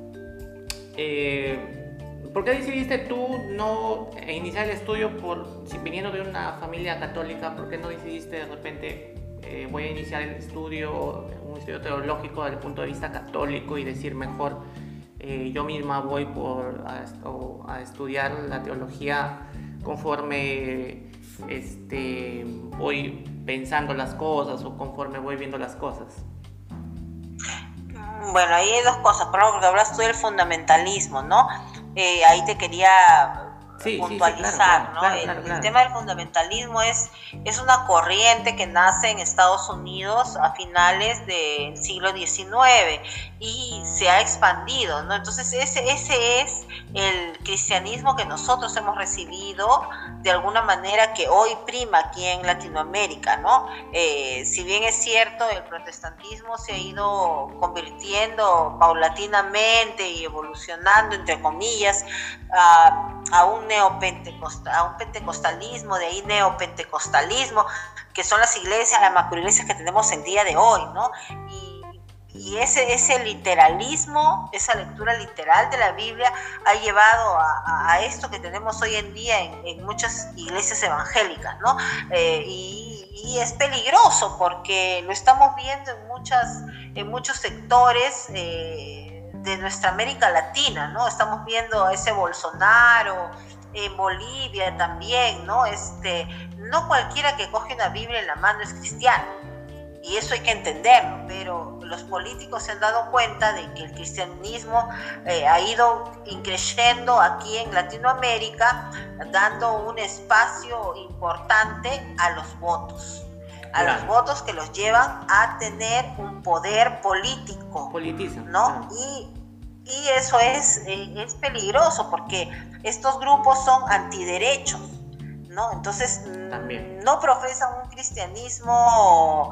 eh, ¿por qué decidiste tú no iniciar el estudio por, si viniendo de una familia católica, por qué no decidiste de repente eh, voy a iniciar el estudio, un estudio teológico desde el punto de vista católico y decir mejor eh, yo misma voy por a, a estudiar la teología conforme este, voy pensando las cosas o conforme voy viendo las cosas? Bueno, ahí hay dos cosas. Por ejemplo, hablas tú del fundamentalismo, ¿no? Eh, ahí te quería sí, puntualizar, sí, sí, claro, ¿no? claro, El, claro, el claro. tema del fundamentalismo es, es una corriente que nace en Estados Unidos a finales del siglo diecinueve y se ha expandido, ¿no? Entonces ese, ese es el cristianismo que nosotros hemos recibido de alguna manera, que hoy prima aquí en Latinoamérica, ¿no? Eh, si bien es cierto, el protestantismo se ha ido convirtiendo paulatinamente y evolucionando, entre comillas, a, a un neopentecostal, a un pentecostalismo, de ahí neopentecostalismo, que son las iglesias, las macroiglesias que tenemos el día de hoy, ¿no? Y Y ese, ese literalismo, esa lectura literal de la Biblia ha llevado a, a esto que tenemos hoy en día en, en muchas iglesias evangélicas, ¿no? Eh, y, y es peligroso porque lo estamos viendo en, muchas, en muchos sectores eh, de nuestra América Latina, ¿no? Estamos viendo a ese Bolsonaro, en Bolivia también, ¿no? Este, no cualquiera que coge una Biblia en la mano es cristiano. Y eso hay que entenderlo, pero los políticos se han dado cuenta de que el cristianismo eh, ha ido increciendo aquí en Latinoamérica, dando un espacio importante a los votos, a claro. los votos que los llevan a tener un poder político, Politiza, ¿no? Claro. Y, y eso es, eh, es peligroso porque estos grupos son antiderechos, ¿no? Entonces También. no profesan un cristianismo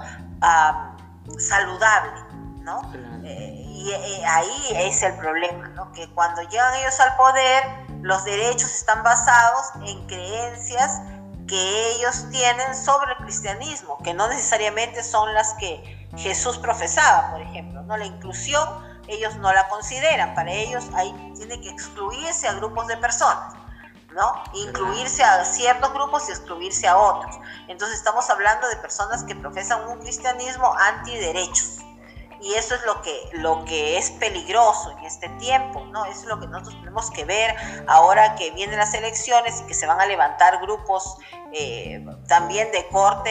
uh, saludable, ¿no? Claro. Eh, y eh, ahí es el problema, ¿no? Que cuando llegan ellos al poder, los derechos están basados en creencias que ellos tienen sobre el cristianismo, que no necesariamente son las que Jesús profesaba, por ejemplo, ¿no? La inclusión ellos no la consideran, para ellos ahí tiene que excluirse a grupos de personas, ¿no? Incluirse a ciertos grupos y excluirse a otros. Entonces estamos hablando de personas que profesan un cristianismo antiderechos. Y eso es lo que, lo que es peligroso en este tiempo, ¿no? Eso es lo que nosotros tenemos que ver ahora que vienen las elecciones y que se van a levantar grupos eh, también de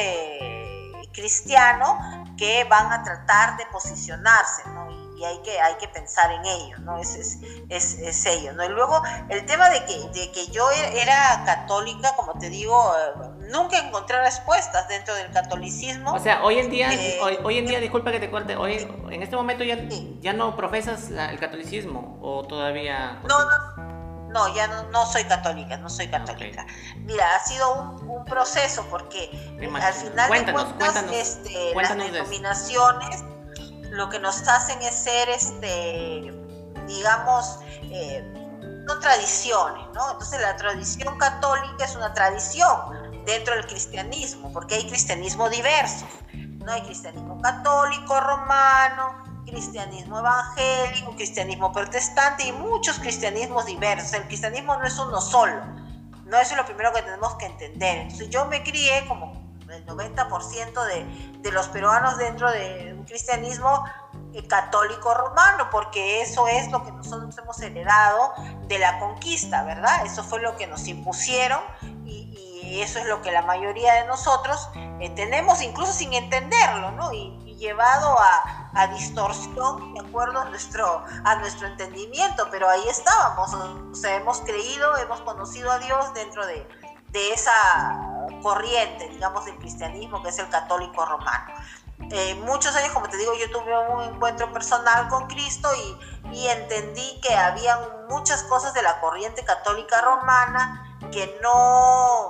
corte cristiano que van a tratar de posicionarse, ¿no? Y, y hay que, hay que pensar en ello, ¿no? Es, es, es, es ello, ¿no? Y luego el tema de que, de que yo era católica, como te digo, eh, nunca encontré respuestas dentro del catolicismo. O sea, hoy en día, eh, hoy, hoy en día, disculpa que te corte, hoy, en este momento ya, sí. ya no profesas la, el catolicismo, ¿o todavía? No, no, no, ya no, no soy católica, no soy católica. Okay. Mira, ha sido un, un proceso porque al final cuéntanos, de cuentas, cuéntanos, este, cuéntanos las denominaciones lo que nos hacen es ser, este, digamos, eh, no tradiciones, ¿no? Entonces la tradición católica es una tradición dentro del cristianismo, porque hay cristianismo diverso, ¿no? Hay cristianismo católico, romano, cristianismo evangélico, cristianismo protestante y muchos cristianismos diversos. El cristianismo no es uno solo, no, eso es lo primero que tenemos que entender. Entonces yo me crié como el noventa por ciento de, de los peruanos dentro de un cristianismo eh, católico romano, porque eso es lo que nosotros hemos heredado de la conquista, ¿verdad? Eso fue lo que nos impusieron y, y eso es lo que la mayoría de nosotros eh, tenemos, incluso sin entenderlo, ¿no? Y, y llevado a, a distorsión de acuerdo a nuestro, a nuestro entendimiento, pero ahí estábamos, o sea, hemos creído, hemos conocido a Dios dentro de de esa corriente, digamos, del cristianismo, que es el católico romano. Eh, muchos años, como te digo, yo tuve un encuentro personal con Cristo y, y entendí que había muchas cosas de la corriente católica romana que no,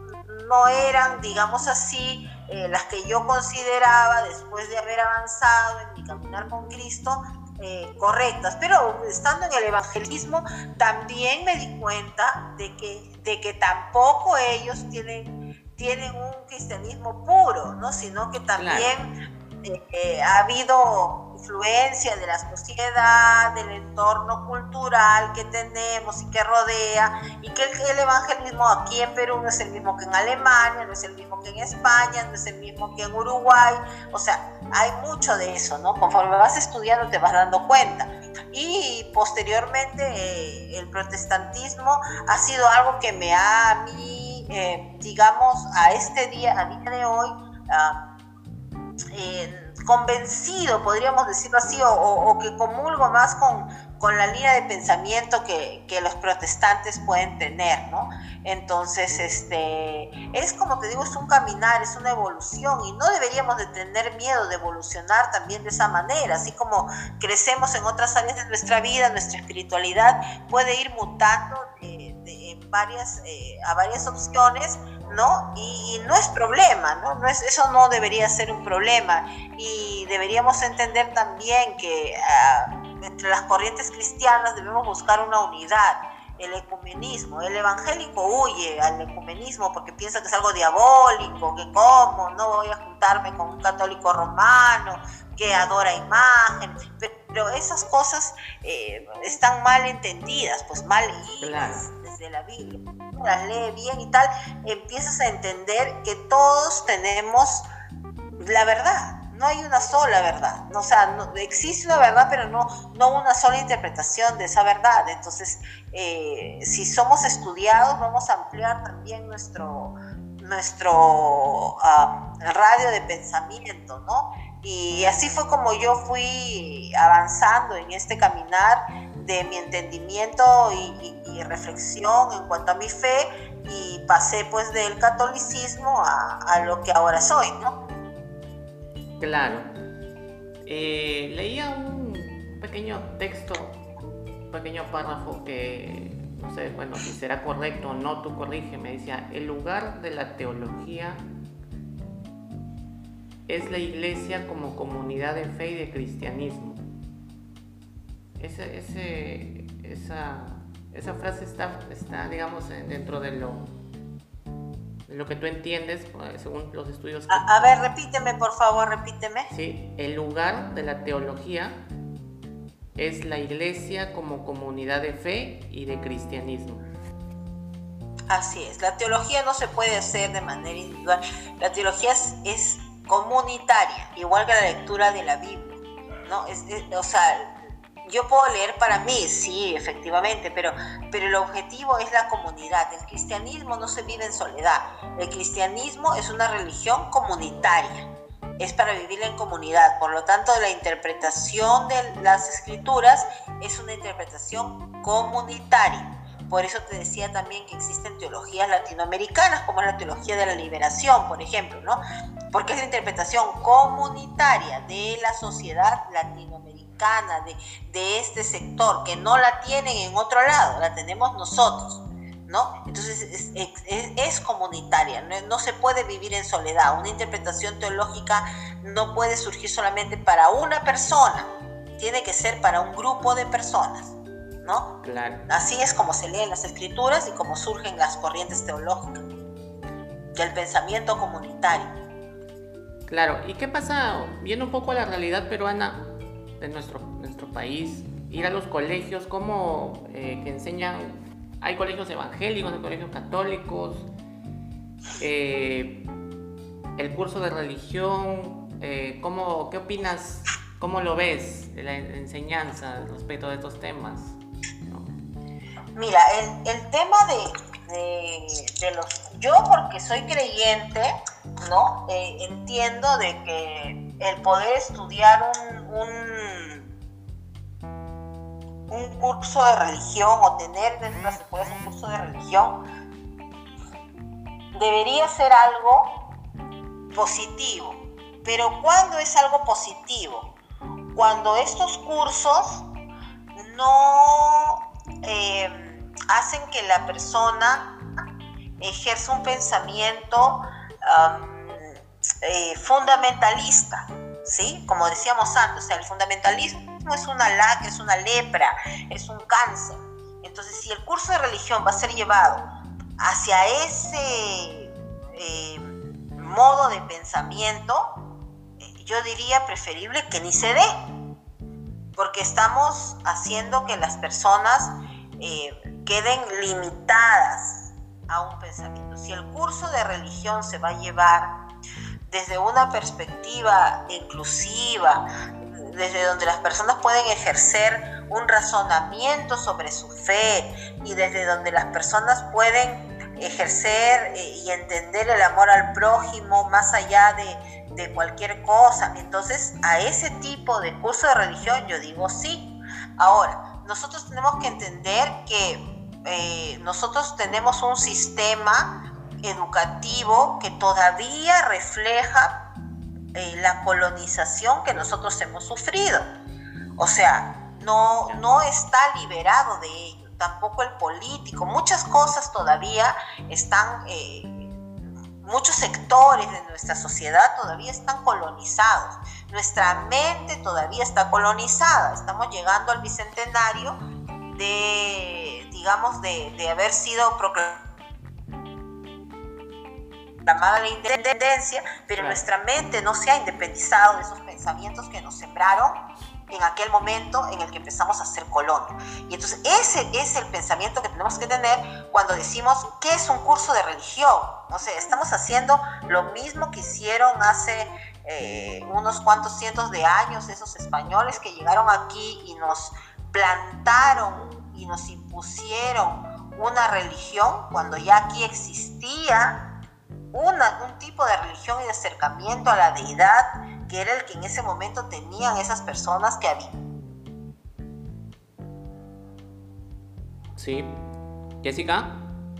no eran, digamos así, eh, las que yo consideraba, después de haber avanzado en mi caminar con Cristo, Eh, correctas, pero estando en el evangelismo también me di cuenta de que, de que tampoco ellos tienen, tienen un cristianismo puro, ¿no? Sino que también claro. eh, eh, ha habido influencia de la sociedad, del entorno cultural que tenemos y que rodea, y que el, el evangelismo aquí en Perú no es el mismo que en Alemania, no es el mismo que en España, no es el mismo que en Uruguay, o sea, hay mucho de eso, ¿no? Conforme vas estudiando te vas dando cuenta. Y posteriormente eh, el protestantismo ha sido algo que me ha a mí, eh, digamos, a este día, a día de hoy, uh, eh, convencido, podríamos decirlo así, o, o, o que comulgo más con, con la línea de pensamiento que, que los protestantes pueden tener, ¿no? Entonces, este, es como te digo, es un caminar, es una evolución, y no deberíamos de tener miedo de evolucionar también de esa manera. Así como crecemos en otras áreas de nuestra vida, nuestra espiritualidad puede ir mutando de, de, en varias, eh, a varias opciones, ¿no? Y, y no es problema, ¿no? No es, eso no debería ser un problema, y deberíamos entender también que uh, entre las corrientes cristianas debemos buscar una unidad. El ecumenismo, el evangélico huye al ecumenismo porque piensa que es algo diabólico, que cómo, no voy a juntarme con un católico romano que adora imagen, pero esas cosas eh, están mal entendidas, pues mal leídas, claro, desde la Biblia. Las lee bien y tal, empiezas a entender que todos tenemos la verdad. No hay una sola verdad, o sea, no, existe una verdad, pero no, no una sola interpretación de esa verdad. Entonces, eh, si somos estudiados, vamos a ampliar también nuestro, nuestro uh, radio de pensamiento, ¿no? Y así fue como yo fui avanzando en este caminar de mi entendimiento y, y, y reflexión en cuanto a mi fe, y pasé pues del catolicismo a, a lo que ahora soy, ¿no? Claro. Eh, leía un pequeño texto, un pequeño párrafo que, no sé, bueno, si será correcto o no, tú corrígeme. Decía, el lugar de la teología es la iglesia como comunidad de fe y de cristianismo. Ese, ese, esa, esa frase está, está, digamos, dentro de lo... lo que tú entiendes, según los estudios que... A, a ver, repíteme, por favor, repíteme. Sí, el lugar de la teología es la iglesia como comunidad de fe y de cristianismo. Así es, la teología no se puede hacer de manera individual, la teología es, es comunitaria, igual que la lectura de la Biblia, ¿no? Es, es, o sea, yo puedo leer para mí, sí, efectivamente, pero, pero el objetivo es la comunidad. El cristianismo no se vive en soledad. El cristianismo es una religión comunitaria, es para vivir en comunidad. Por lo tanto, la interpretación de las escrituras es una interpretación comunitaria. Por eso te decía también que existen teologías latinoamericanas, como la teología de la liberación, por ejemplo, ¿no? Porque es la interpretación comunitaria de la sociedad latinoamericana, de, de este sector, que no la tienen en otro lado, la tenemos nosotros, ¿no? Entonces es, es, es comunitaria, no, no se puede vivir en soledad. Una interpretación teológica no puede surgir solamente para una persona, tiene que ser para un grupo de personas, ¿no? Claro. Así es como se leen las escrituras y como surgen las corrientes teológicas del pensamiento comunitario. Claro, ¿y qué pasa, viendo un poco a la realidad peruana de nuestro, nuestro país, ir a los colegios, cómo eh, que enseñan, hay colegios evangélicos, hay colegios católicos, eh, el curso de religión, eh, ¿cómo, qué opinas, cómo lo ves de la enseñanza respecto de estos temas? ¿No? Mira, el, el tema de, de, de los... Yo, porque soy creyente, ¿no? Eh, entiendo de que el poder estudiar un, un, un curso de religión o tener dentro de las escuelas un curso de religión debería ser algo positivo. Pero ¿cuándo es algo positivo? Cuando estos cursos no eh, hacen que la persona ejerza un pensamiento um, eh, fundamentalista, ¿sí? Como decíamos antes, o sea, el fundamentalismo es una lacra, es una lepra, es un cáncer. Entonces, si el curso de religión va a ser llevado hacia ese eh, modo de pensamiento, eh, yo diría preferible que ni se dé, porque estamos haciendo que las personas eh, queden limitadas a un pensamiento. Si el curso de religión se va a llevar desde una perspectiva inclusiva, desde donde las personas pueden ejercer un razonamiento sobre su fe y desde donde las personas pueden ejercer y entender el amor al prójimo más allá de, de cualquier cosa, entonces a ese tipo de curso de religión yo digo sí. Ahora, nosotros tenemos que entender que eh, nosotros tenemos un sistema educativo que todavía refleja eh, la colonización que nosotros hemos sufrido. O sea, no, no está liberado de ello, tampoco el político. Muchas cosas todavía están, eh, muchos sectores de nuestra sociedad todavía están colonizados. Nuestra mente todavía está colonizada. Estamos llegando al bicentenario de, digamos, de, de haber sido proclamada la independencia, pero nuestra mente no se ha independizado de esos pensamientos que nos sembraron en aquel momento en el que empezamos a ser colonia. Y entonces ese es el pensamiento que tenemos que tener cuando decimos ¿qué es un curso de religión? O sea, estamos haciendo lo mismo que hicieron hace eh, unos cuantos cientos de años esos españoles que llegaron aquí y nos plantaron y nos impusieron una religión cuando ya aquí existía una, un tipo de religión y de acercamiento a la deidad que era el que en ese momento tenían esas personas que habían. Sí. Jessica.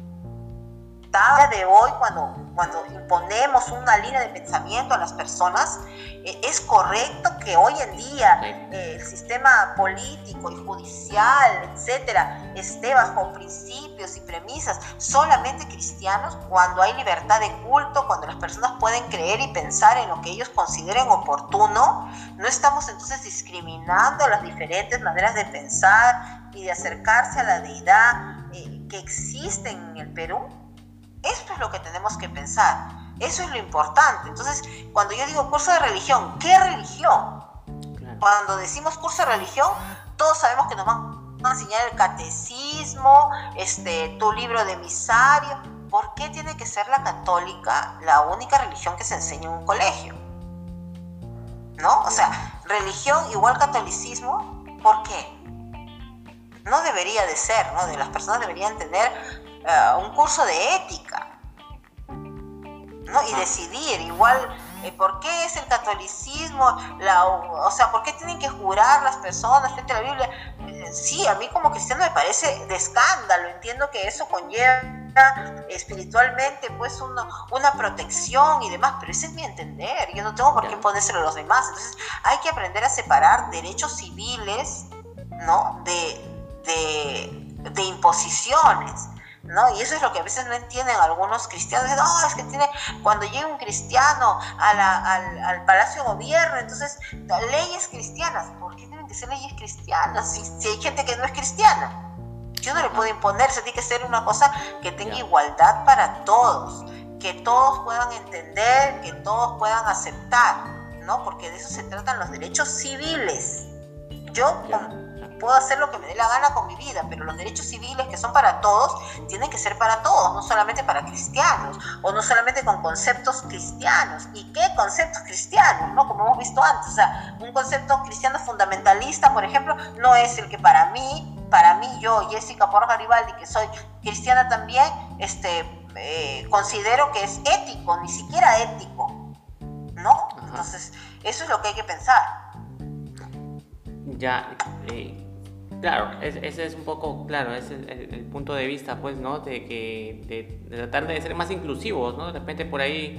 De hoy, cuando, cuando imponemos una línea de pensamiento a las personas, eh, es correcto que hoy en día eh, el sistema político y judicial, etcétera, esté bajo principios y premisas solamente cristianos, cuando hay libertad de culto, cuando las personas pueden creer y pensar en lo que ellos consideren oportuno. No estamos entonces discriminando las diferentes maneras de pensar y de acercarse a la deidad eh, que existen en el Perú. Esto es lo que tenemos que pensar, eso es lo importante. Entonces, cuando yo digo curso de religión, ¿qué religión? Claro. Cuando decimos curso de religión, todos sabemos que nos van a enseñar el catecismo, este, tu libro de misario. ¿Por qué tiene que ser la católica la única religión que se enseña en un colegio? ¿No? O sea, religión igual catolicismo, ¿por qué? No debería de ser, ¿no? De las personas deberían tener Uh, un curso de ética, ¿no? Y decidir igual eh, por qué es el catolicismo, la, o sea, por qué tienen que jurar las personas frente a la Biblia. Eh, sí, a mí como cristiano me parece de escándalo. Entiendo que eso conlleva espiritualmente pues uno, una protección y demás, pero ese es mi entender. Yo no tengo por qué ponérselo a los demás. Entonces hay que aprender a separar derechos civiles, ¿no? de, de, de imposiciones, ¿no? Y eso es lo que a veces no entienden algunos cristianos. No, es que tiene, cuando llega un cristiano a la, al, al Palacio de Gobierno, entonces leyes cristianas. ¿Por qué tienen que ser leyes cristianas si, si hay gente que no es cristiana? Yo no le puedo imponer, se tiene que ser una cosa que tenga yeah. igualdad para todos, que todos puedan entender, que todos puedan aceptar, ¿no? Porque de eso se tratan los derechos civiles. Yo yeah. con, puedo hacer lo que me dé la gana con mi vida, pero los derechos civiles que son para todos, tienen que ser para todos, no solamente para cristianos, o no solamente con conceptos cristianos. ¿Y qué conceptos cristianos? ¿No? Como hemos visto antes, o sea, un concepto cristiano fundamentalista, por ejemplo, no es el que para mí, para mí, yo, Jessica Porras Garibaldi, que soy cristiana también, este, eh, considero que es ético, ni siquiera ético, ¿no? Ajá. Entonces, eso es lo que hay que pensar. Ya, eh... Claro, ese es, es un poco, claro, ese es el, el punto de vista, pues, ¿no? De que de, de tratar de ser más inclusivos, ¿no? De repente por ahí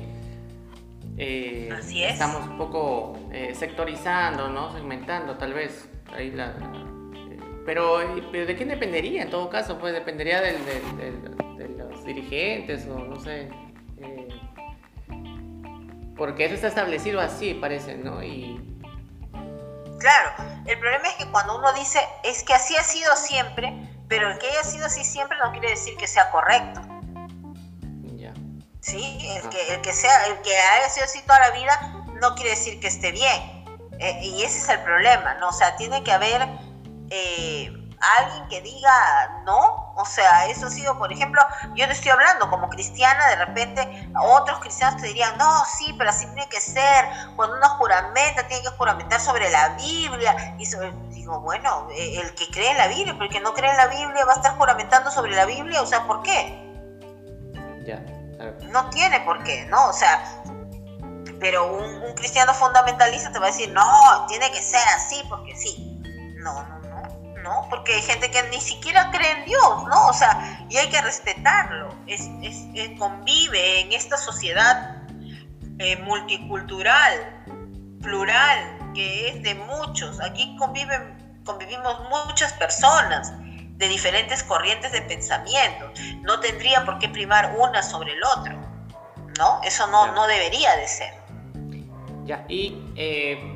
eh, Así es. Estamos un poco eh, sectorizando, ¿no? Segmentando, tal vez. Ahí la, eh, pero, pero ¿de quién dependería en todo caso? Pues dependería del, del, del, de los dirigentes o no sé. Eh, porque eso está establecido así, parece, ¿no? Y claro, el problema es que cuando uno dice es que así ha sido siempre, pero el que haya sido así siempre no quiere decir que sea correcto. Ya. Sí, el que, el que sea, el que haya sido así toda la vida no quiere decir que esté bien. Eh, y ese es el problema, ¿no? O sea, tiene que haber eh, alguien que diga no. O sea, eso ha sido, por ejemplo, yo te estoy hablando como cristiana, de repente otros cristianos te dirían, no, sí, pero así tiene que ser, cuando uno juramenta, tiene que juramentar sobre la Biblia, y sobre, digo, bueno, el que cree en la Biblia, pero el que no cree en la Biblia va a estar juramentando sobre la Biblia, o sea, ¿por qué? Ya, claro. No tiene por qué, ¿no? O sea, pero un, un cristiano fundamentalista te va a decir, no, tiene que ser así, porque sí. No, no, no. ¿no? Porque hay gente que ni siquiera cree en Dios, ¿no? O sea, y hay que respetarlo. Es, es, es convive en esta sociedad eh, multicultural, plural, que es de muchos. Aquí conviven, convivimos muchas personas de diferentes corrientes de pensamiento. No tendría por qué primar una sobre el otro, ¿no? Eso no, no debería de ser. Ya, y... Eh...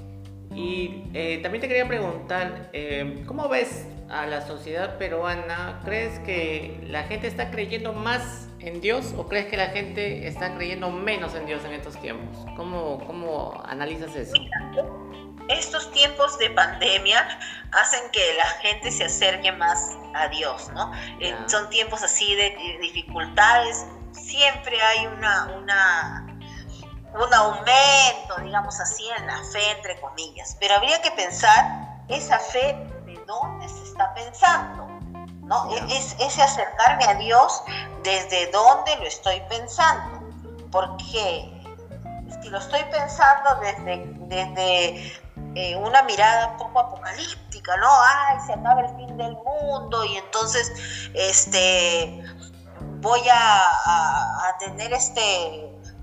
Y eh, también te quería preguntar, eh, ¿cómo ves a la sociedad peruana? ¿Crees que la gente está creyendo más en Dios o crees que la gente está creyendo menos en Dios en estos tiempos? ¿Cómo, cómo analizas eso? Estos tiempos de pandemia hacen que la gente se acerque más a Dios, ¿no? Eh, son tiempos así de dificultades, siempre hay una... una un aumento, digamos así, en la fe, entre comillas. Pero habría que pensar esa fe de dónde se está pensando, ¿no? Es, ese acercarme a Dios, desde dónde lo estoy pensando. Porque si lo estoy pensando desde, desde eh, una mirada un poco apocalíptica, ¿no? Ay, se acaba el fin del mundo y entonces este, voy a, a, a tener este...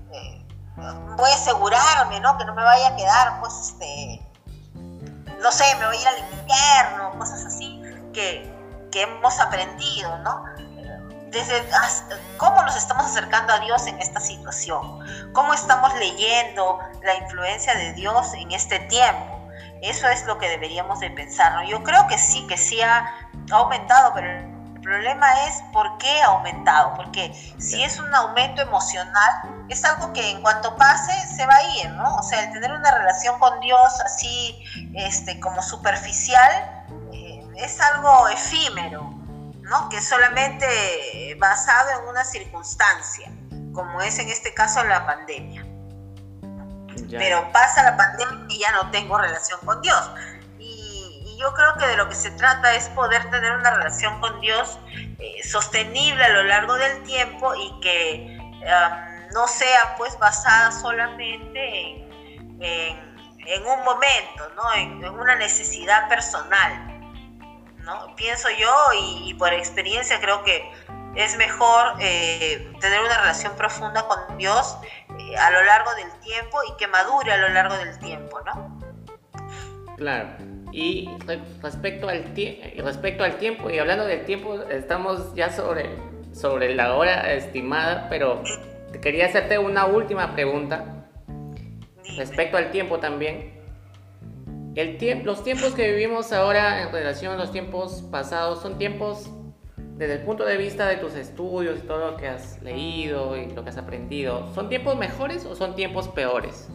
voy a asegurarme, ¿no? Que no me vaya a quedar, pues, este, no sé, me voy a ir al infierno, cosas así que, que hemos aprendido, ¿no? Desde hasta, ¿cómo nos estamos acercando a Dios en esta situación? ¿Cómo estamos leyendo la influencia de Dios en este tiempo? Eso es lo que deberíamos de pensar, ¿no? Yo creo que sí, que sí ha aumentado, pero el problema es por qué ha aumentado, porque si es un aumento emocional, es algo que en cuanto pase se va a ir, ¿no? O sea, el tener una relación con Dios así, este, como superficial, eh, es algo efímero, ¿no? Que es solamente basado en una circunstancia, como es en este caso la pandemia. Ya. Pero pasa la pandemia y ya no tengo relación con Dios. Yo creo que de lo que se trata es poder tener una relación con Dios eh, sostenible a lo largo del tiempo y que um, no sea pues basada solamente en, en, en un momento, ¿no? En, en una necesidad personal, ¿no? Pienso yo y, y por experiencia creo que es mejor eh, tener una relación profunda con Dios eh, a lo largo del tiempo y que madure a lo largo del tiempo, ¿no? Claro. Y respecto al, tie- respecto al tiempo, y hablando del tiempo, estamos ya sobre, sobre la hora estimada, pero quería hacerte una última pregunta respecto al tiempo también. El tie- los tiempos que vivimos ahora en relación a los tiempos pasados son tiempos, desde el punto de vista de tus estudios y todo lo que has leído y lo que has aprendido, ¿son tiempos mejores o son tiempos peores?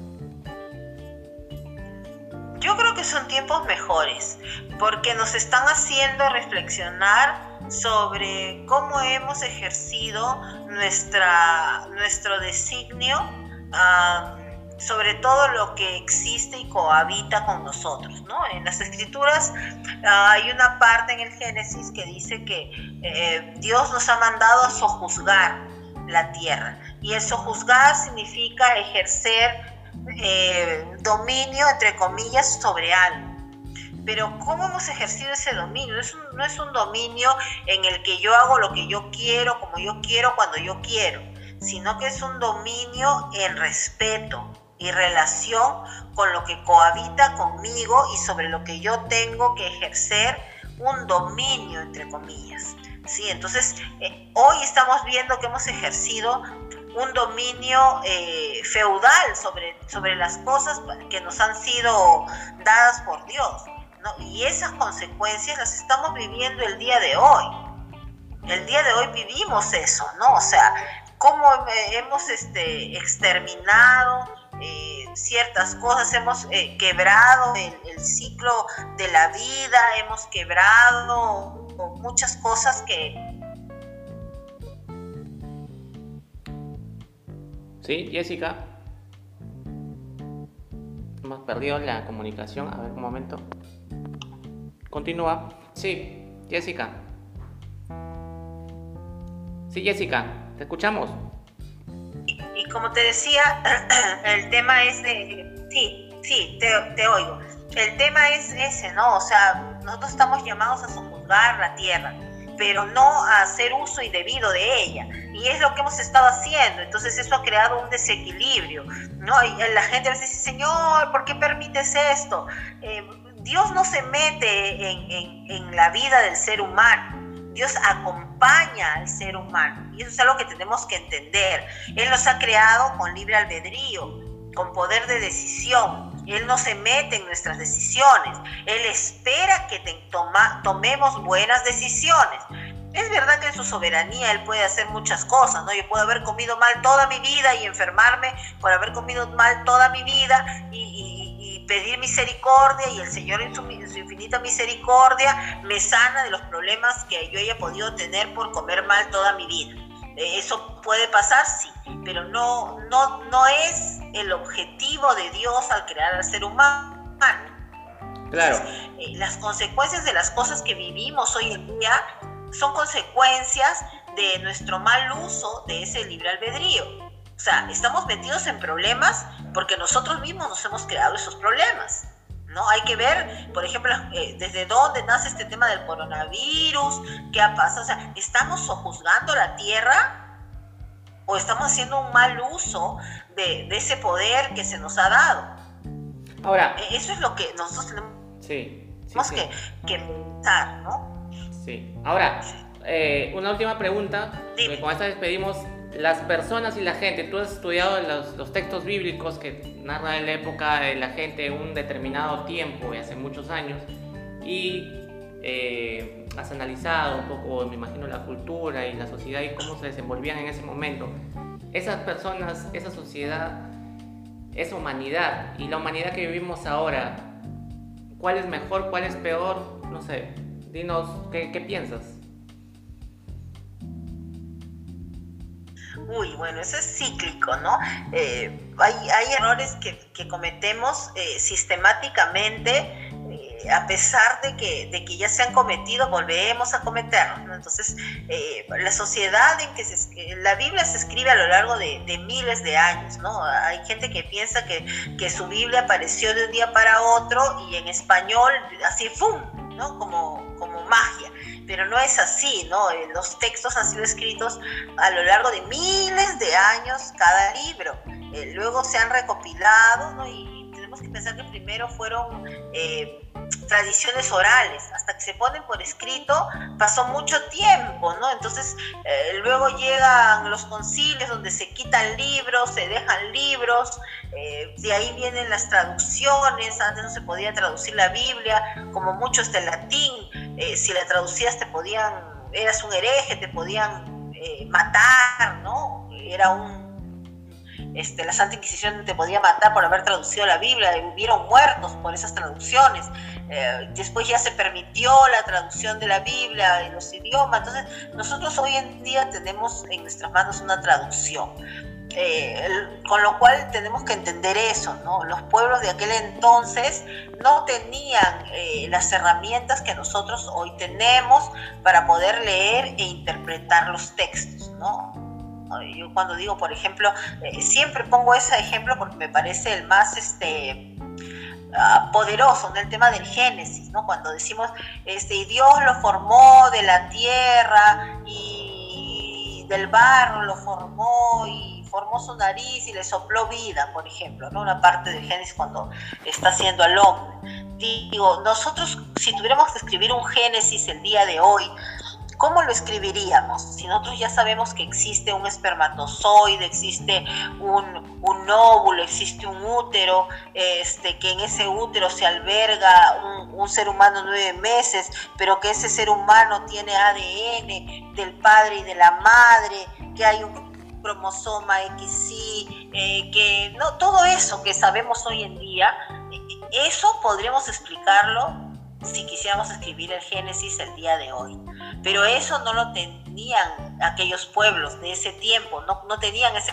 Yo creo que son tiempos mejores, porque nos están haciendo reflexionar sobre cómo hemos ejercido nuestra, nuestro designio, uh, sobre todo lo que existe y cohabita con nosotros, ¿no? En las Escrituras uh, hay una parte en el Génesis que dice que eh, Dios nos ha mandado a sojuzgar la tierra, y el sojuzgar significa ejercer Eh, dominio, entre comillas, sobre algo. Pero ¿cómo hemos ejercido ese dominio? No es, un, no es un dominio en el que yo hago lo que yo quiero, como yo quiero, cuando yo quiero, sino que es un dominio en respeto y relación con lo que cohabita conmigo y sobre lo que yo tengo que ejercer un dominio, entre comillas. ¿Sí? Entonces, eh, hoy estamos viendo que hemos ejercido un dominio eh, feudal sobre, sobre las cosas que nos han sido dadas por Dios, ¿no? Y esas consecuencias las estamos viviendo el día de hoy. El día de hoy vivimos eso, ¿no? O sea, cómo hemos este, exterminado eh, ciertas cosas, hemos eh, quebrado el, el ciclo de la vida, hemos quebrado muchas cosas que... Sí, Jessica. Hemos perdido la comunicación. A ver, un momento. Continúa. Sí, Jessica. Sí, Jessica, te escuchamos. Y, y como te decía, el tema es de... Sí, sí, te, te oigo. el tema es ese, ¿no? O sea, nosotros estamos llamados a sojuzgar la tierra, pero no a hacer uso indebido de ella. Y es lo que hemos estado haciendo. Entonces eso ha creado un desequilibrio, ¿no? Y la gente a veces dice, Señor, ¿por qué permites esto? Eh, Dios no se mete en, en, en la vida del ser humano. Dios acompaña al ser humano. Y eso es algo que tenemos que entender. Él nos ha creado con libre albedrío, con poder de decisión. Él no se mete en nuestras decisiones. Él espera que te toma, tomemos buenas decisiones. Es verdad que en su soberanía Él puede hacer muchas cosas, ¿no? Yo puedo haber comido mal toda mi vida y enfermarme por haber comido mal toda mi vida y, y, y pedir misericordia, y el Señor en su, en su infinita misericordia me sana de los problemas que yo haya podido tener por comer mal toda mi vida. Eso puede pasar, sí, pero no, no, no es el objetivo de Dios al crear al ser humano. Claro. Entonces, eh, las consecuencias de las cosas que vivimos hoy en día son consecuencias de nuestro mal uso de ese libre albedrío. O sea, estamos metidos en problemas porque nosotros mismos nos hemos creado esos problemas, ¿no? Hay que ver, por ejemplo, eh, desde dónde nace este tema del coronavirus, qué ha pasado. O sea, ¿estamos sojuzgando la tierra o estamos haciendo un mal uso de, de ese poder que se nos ha dado? Ahora, eh, eso es lo que nosotros tenemos sí, sí, sí. que, que pensar, ¿no? Sí. Ahora, eh, una última pregunta. Dime. Con esta despedimos. Las personas y la gente, tú has estudiado los, los textos bíblicos que narran la época de la gente en un determinado tiempo, y hace muchos años, y eh, has analizado un poco, me imagino, la cultura y la sociedad y cómo se desenvolvían en ese momento. Esas personas, esa sociedad, esa humanidad y la humanidad que vivimos ahora, ¿cuál es mejor, cuál es peor? No sé, dinos, ¿qué, qué piensas? Uy, bueno, eso es cíclico, ¿no? Eh, hay, hay errores que, que cometemos eh, sistemáticamente, eh, a pesar de que, de que ya se han cometido, volvemos a cometerlos, ¿no? Entonces, eh, la sociedad en que se, la Biblia se escribe a lo largo de, de miles de años, ¿no? Hay gente que piensa que, que su Biblia apareció de un día para otro y en español, así, ¡fum!, ¿no? Como, como magia. Pero no es así, ¿no? Los textos han sido escritos a lo largo de miles de años cada libro. Eh, luego se han recopilado, ¿no? Y tenemos que pensar que primero fueron eh, tradiciones orales. Hasta que se ponen por escrito pasó mucho tiempo, ¿no? Entonces eh, luego llegan los concilios donde se quitan libros, se dejan libros. Eh, de ahí vienen las traducciones. Antes no se podía traducir la Biblia, como muchos del latín. Eh, si la traducías te podían, eras un hereje, te podían eh, matar, ¿no? Era un, este, la Santa Inquisición te podía matar por haber traducido la Biblia, hubieron muertos por esas traducciones. Eh, después ya se permitió la traducción de la Biblia en los idiomas. Entonces nosotros hoy en día tenemos en nuestras manos una traducción. Eh, el, con lo cual tenemos que entender eso, ¿no? Los pueblos de aquel entonces no tenían eh, las herramientas que nosotros hoy tenemos para poder leer e interpretar los textos, ¿no? Yo cuando digo, por ejemplo, eh, siempre pongo ese ejemplo porque me parece el más este, uh, poderoso, ¿no? El tema del Génesis, ¿no? Cuando decimos, este, Dios lo formó de la tierra y del barro lo formó y formó su nariz y le sopló vida, por ejemplo, ¿no? Una parte del Génesis cuando está haciendo al hombre. Digo, nosotros si tuviéramos que escribir un Génesis el día de hoy, ¿cómo lo escribiríamos? Si nosotros ya sabemos que existe un espermatozoide, existe un, un óvulo, existe un útero, este, que en ese útero se alberga un, un ser humano nueve meses, pero que ese ser humano tiene A D N del padre y de la madre, que hay un cromosoma X Y, eh, que no, todo eso que sabemos hoy en día, eso podríamos explicarlo si quisiéramos escribir el Génesis el día de hoy. Pero eso no lo tenían aquellos pueblos de ese tiempo, no, no tenían ese...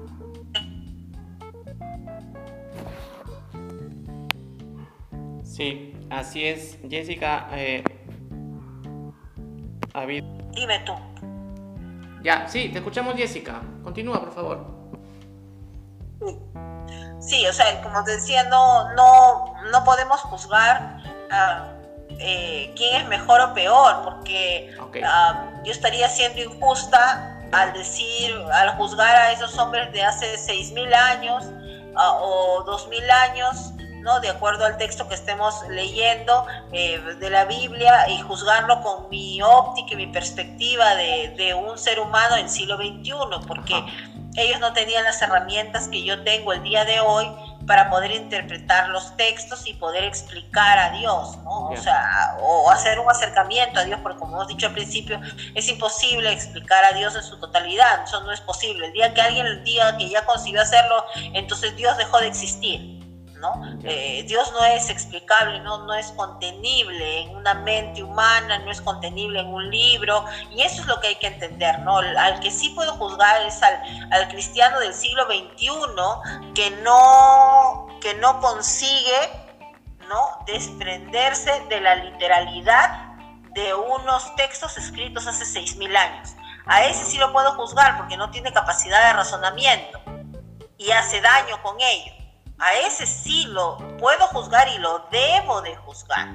Sí, así es, Jessica. Eh, habido... Dime tú. Ya, sí, te escuchamos, Jessica. Continúa, por favor. Sí, o sea, como te decía, no, no, no podemos juzgar uh, eh, quién es mejor o peor, porque okay. uh, yo estaría siendo injusta al decir, al juzgar a esos hombres de hace seis mil años uh, o dos mil años, ¿no? De acuerdo al texto que estemos leyendo eh, de la Biblia, y juzgarlo con mi óptica y mi perspectiva de, de un ser humano en siglo veintiuno, porque Ajá. ellos no tenían las herramientas que yo tengo el día de hoy para poder interpretar los textos y poder explicar a Dios, ¿no? Yeah. O sea, o hacer un acercamiento a Dios, porque como hemos dicho al principio, es imposible explicar a Dios en su totalidad, eso no es posible. El día que alguien diga que ya consiguió hacerlo, entonces Dios dejó de existir, ¿no? Eh, Dios no es explicable, ¿no? No es contenible en una mente humana, no es contenible en un libro, y eso es lo que hay que entender, ¿no? Al que sí puedo juzgar es al, al cristiano del siglo veintiuno que no, que no consigue, ¿no? desprenderse de la literalidad de unos textos escritos hace seis mil años. A ese sí lo puedo juzgar porque no tiene capacidad de razonamiento y hace daño con ello. A ese sí lo puedo juzgar y lo debo de juzgar.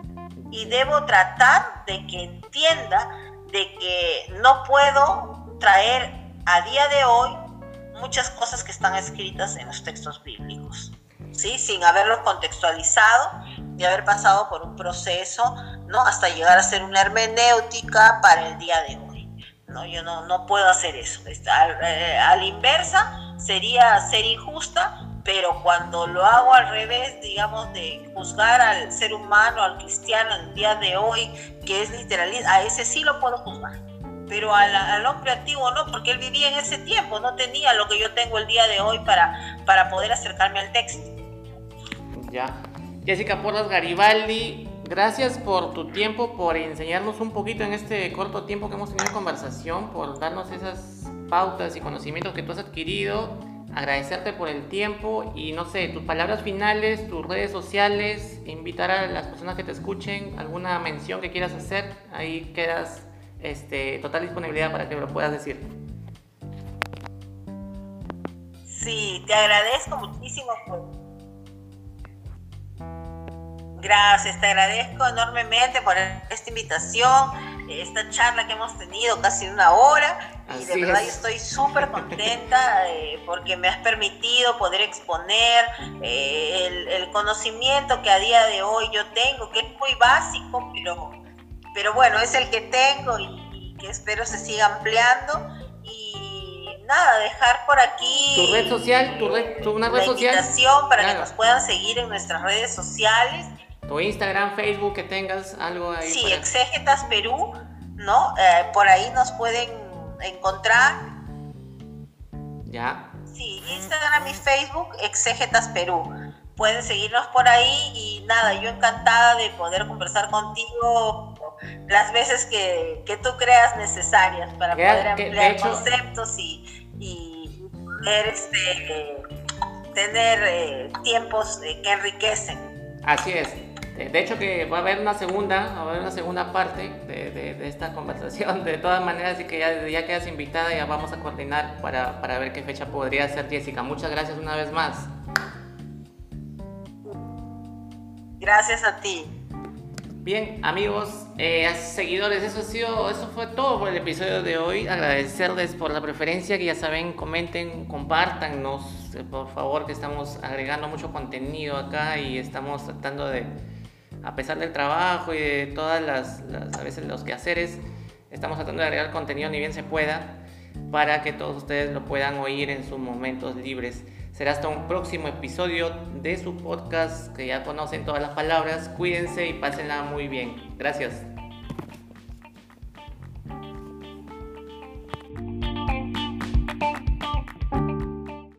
Y debo tratar de que entienda de que no puedo traer a día de hoy muchas cosas que están escritas en los textos bíblicos, ¿sí? Sin haberlo contextualizado y haber pasado por un proceso, ¿no? Hasta llegar a ser una hermenéutica para el día de hoy, ¿no? Yo no, no puedo hacer eso. A, eh, a la inversa sería ser injusta, pero cuando lo hago al revés, digamos, de juzgar al ser humano, al cristiano en el día de hoy, que es literalista, a ese sí lo puedo juzgar. Pero al, al hombre antiguo no, porque él vivía en ese tiempo, no tenía lo que yo tengo el día de hoy para, para poder acercarme al texto. Ya. Jessica Porras Garibaldi, gracias por tu tiempo, por enseñarnos un poquito en este corto tiempo que hemos tenido conversación, por darnos esas pautas y conocimientos que tú has adquirido. Agradecerte por el tiempo y no sé, tus palabras finales, tus redes sociales, invitar a las personas que te escuchen, alguna mención que quieras hacer, ahí quedas este, total disponibilidad para que lo puedas decir. Sí, te agradezco muchísimo por... Gracias, te agradezco enormemente por esta invitación, esta charla que hemos tenido casi una hora. Y de Así verdad es. Yo estoy súper contenta eh, porque me has permitido poder exponer eh, el, el conocimiento que a día de hoy yo tengo, que es muy básico, pero, pero bueno, es el que tengo y, y que espero se siga ampliando. Y nada, dejar por aquí tu red social, tu red, tu, una red la social. invitación para claro. que nos puedan seguir en nuestras redes sociales. Tu Instagram, Facebook, que tengas algo ahí. Sí, para... Exégetas Perú, ¿no? Eh, por ahí nos pueden encontrar. Ya. Sí, Instagram y Facebook, Exégetas Perú. Pueden seguirnos por ahí y nada, yo encantada de poder conversar contigo las veces que, que tú creas necesarias para que, poder ampliar hecho... conceptos y, y poder este, tener eh, tiempos eh, que enriquecen. Así es. De hecho que va a haber una segunda, va a haber una segunda parte de, de, de esta conversación, de todas maneras, así que ya, ya quedas invitada y ya vamos a coordinar para, para ver qué fecha podría ser, Jessica. Muchas gracias una vez más. Gracias a ti. Bien, amigos, eh, seguidores, eso ha sido, eso fue todo por el episodio de hoy. Agradecerles por la preferencia, que ya saben, comenten, compártanos, eh, por favor, que estamos agregando mucho contenido acá y estamos tratando de, a pesar del trabajo y de todas las, las a veces los quehaceres, estamos tratando de agregar contenido ni bien se pueda para que todos ustedes lo puedan oír en sus momentos libres. Será hasta un próximo episodio de su podcast, que ya conocen todas las palabras. Cuídense y pásenla muy bien. Gracias.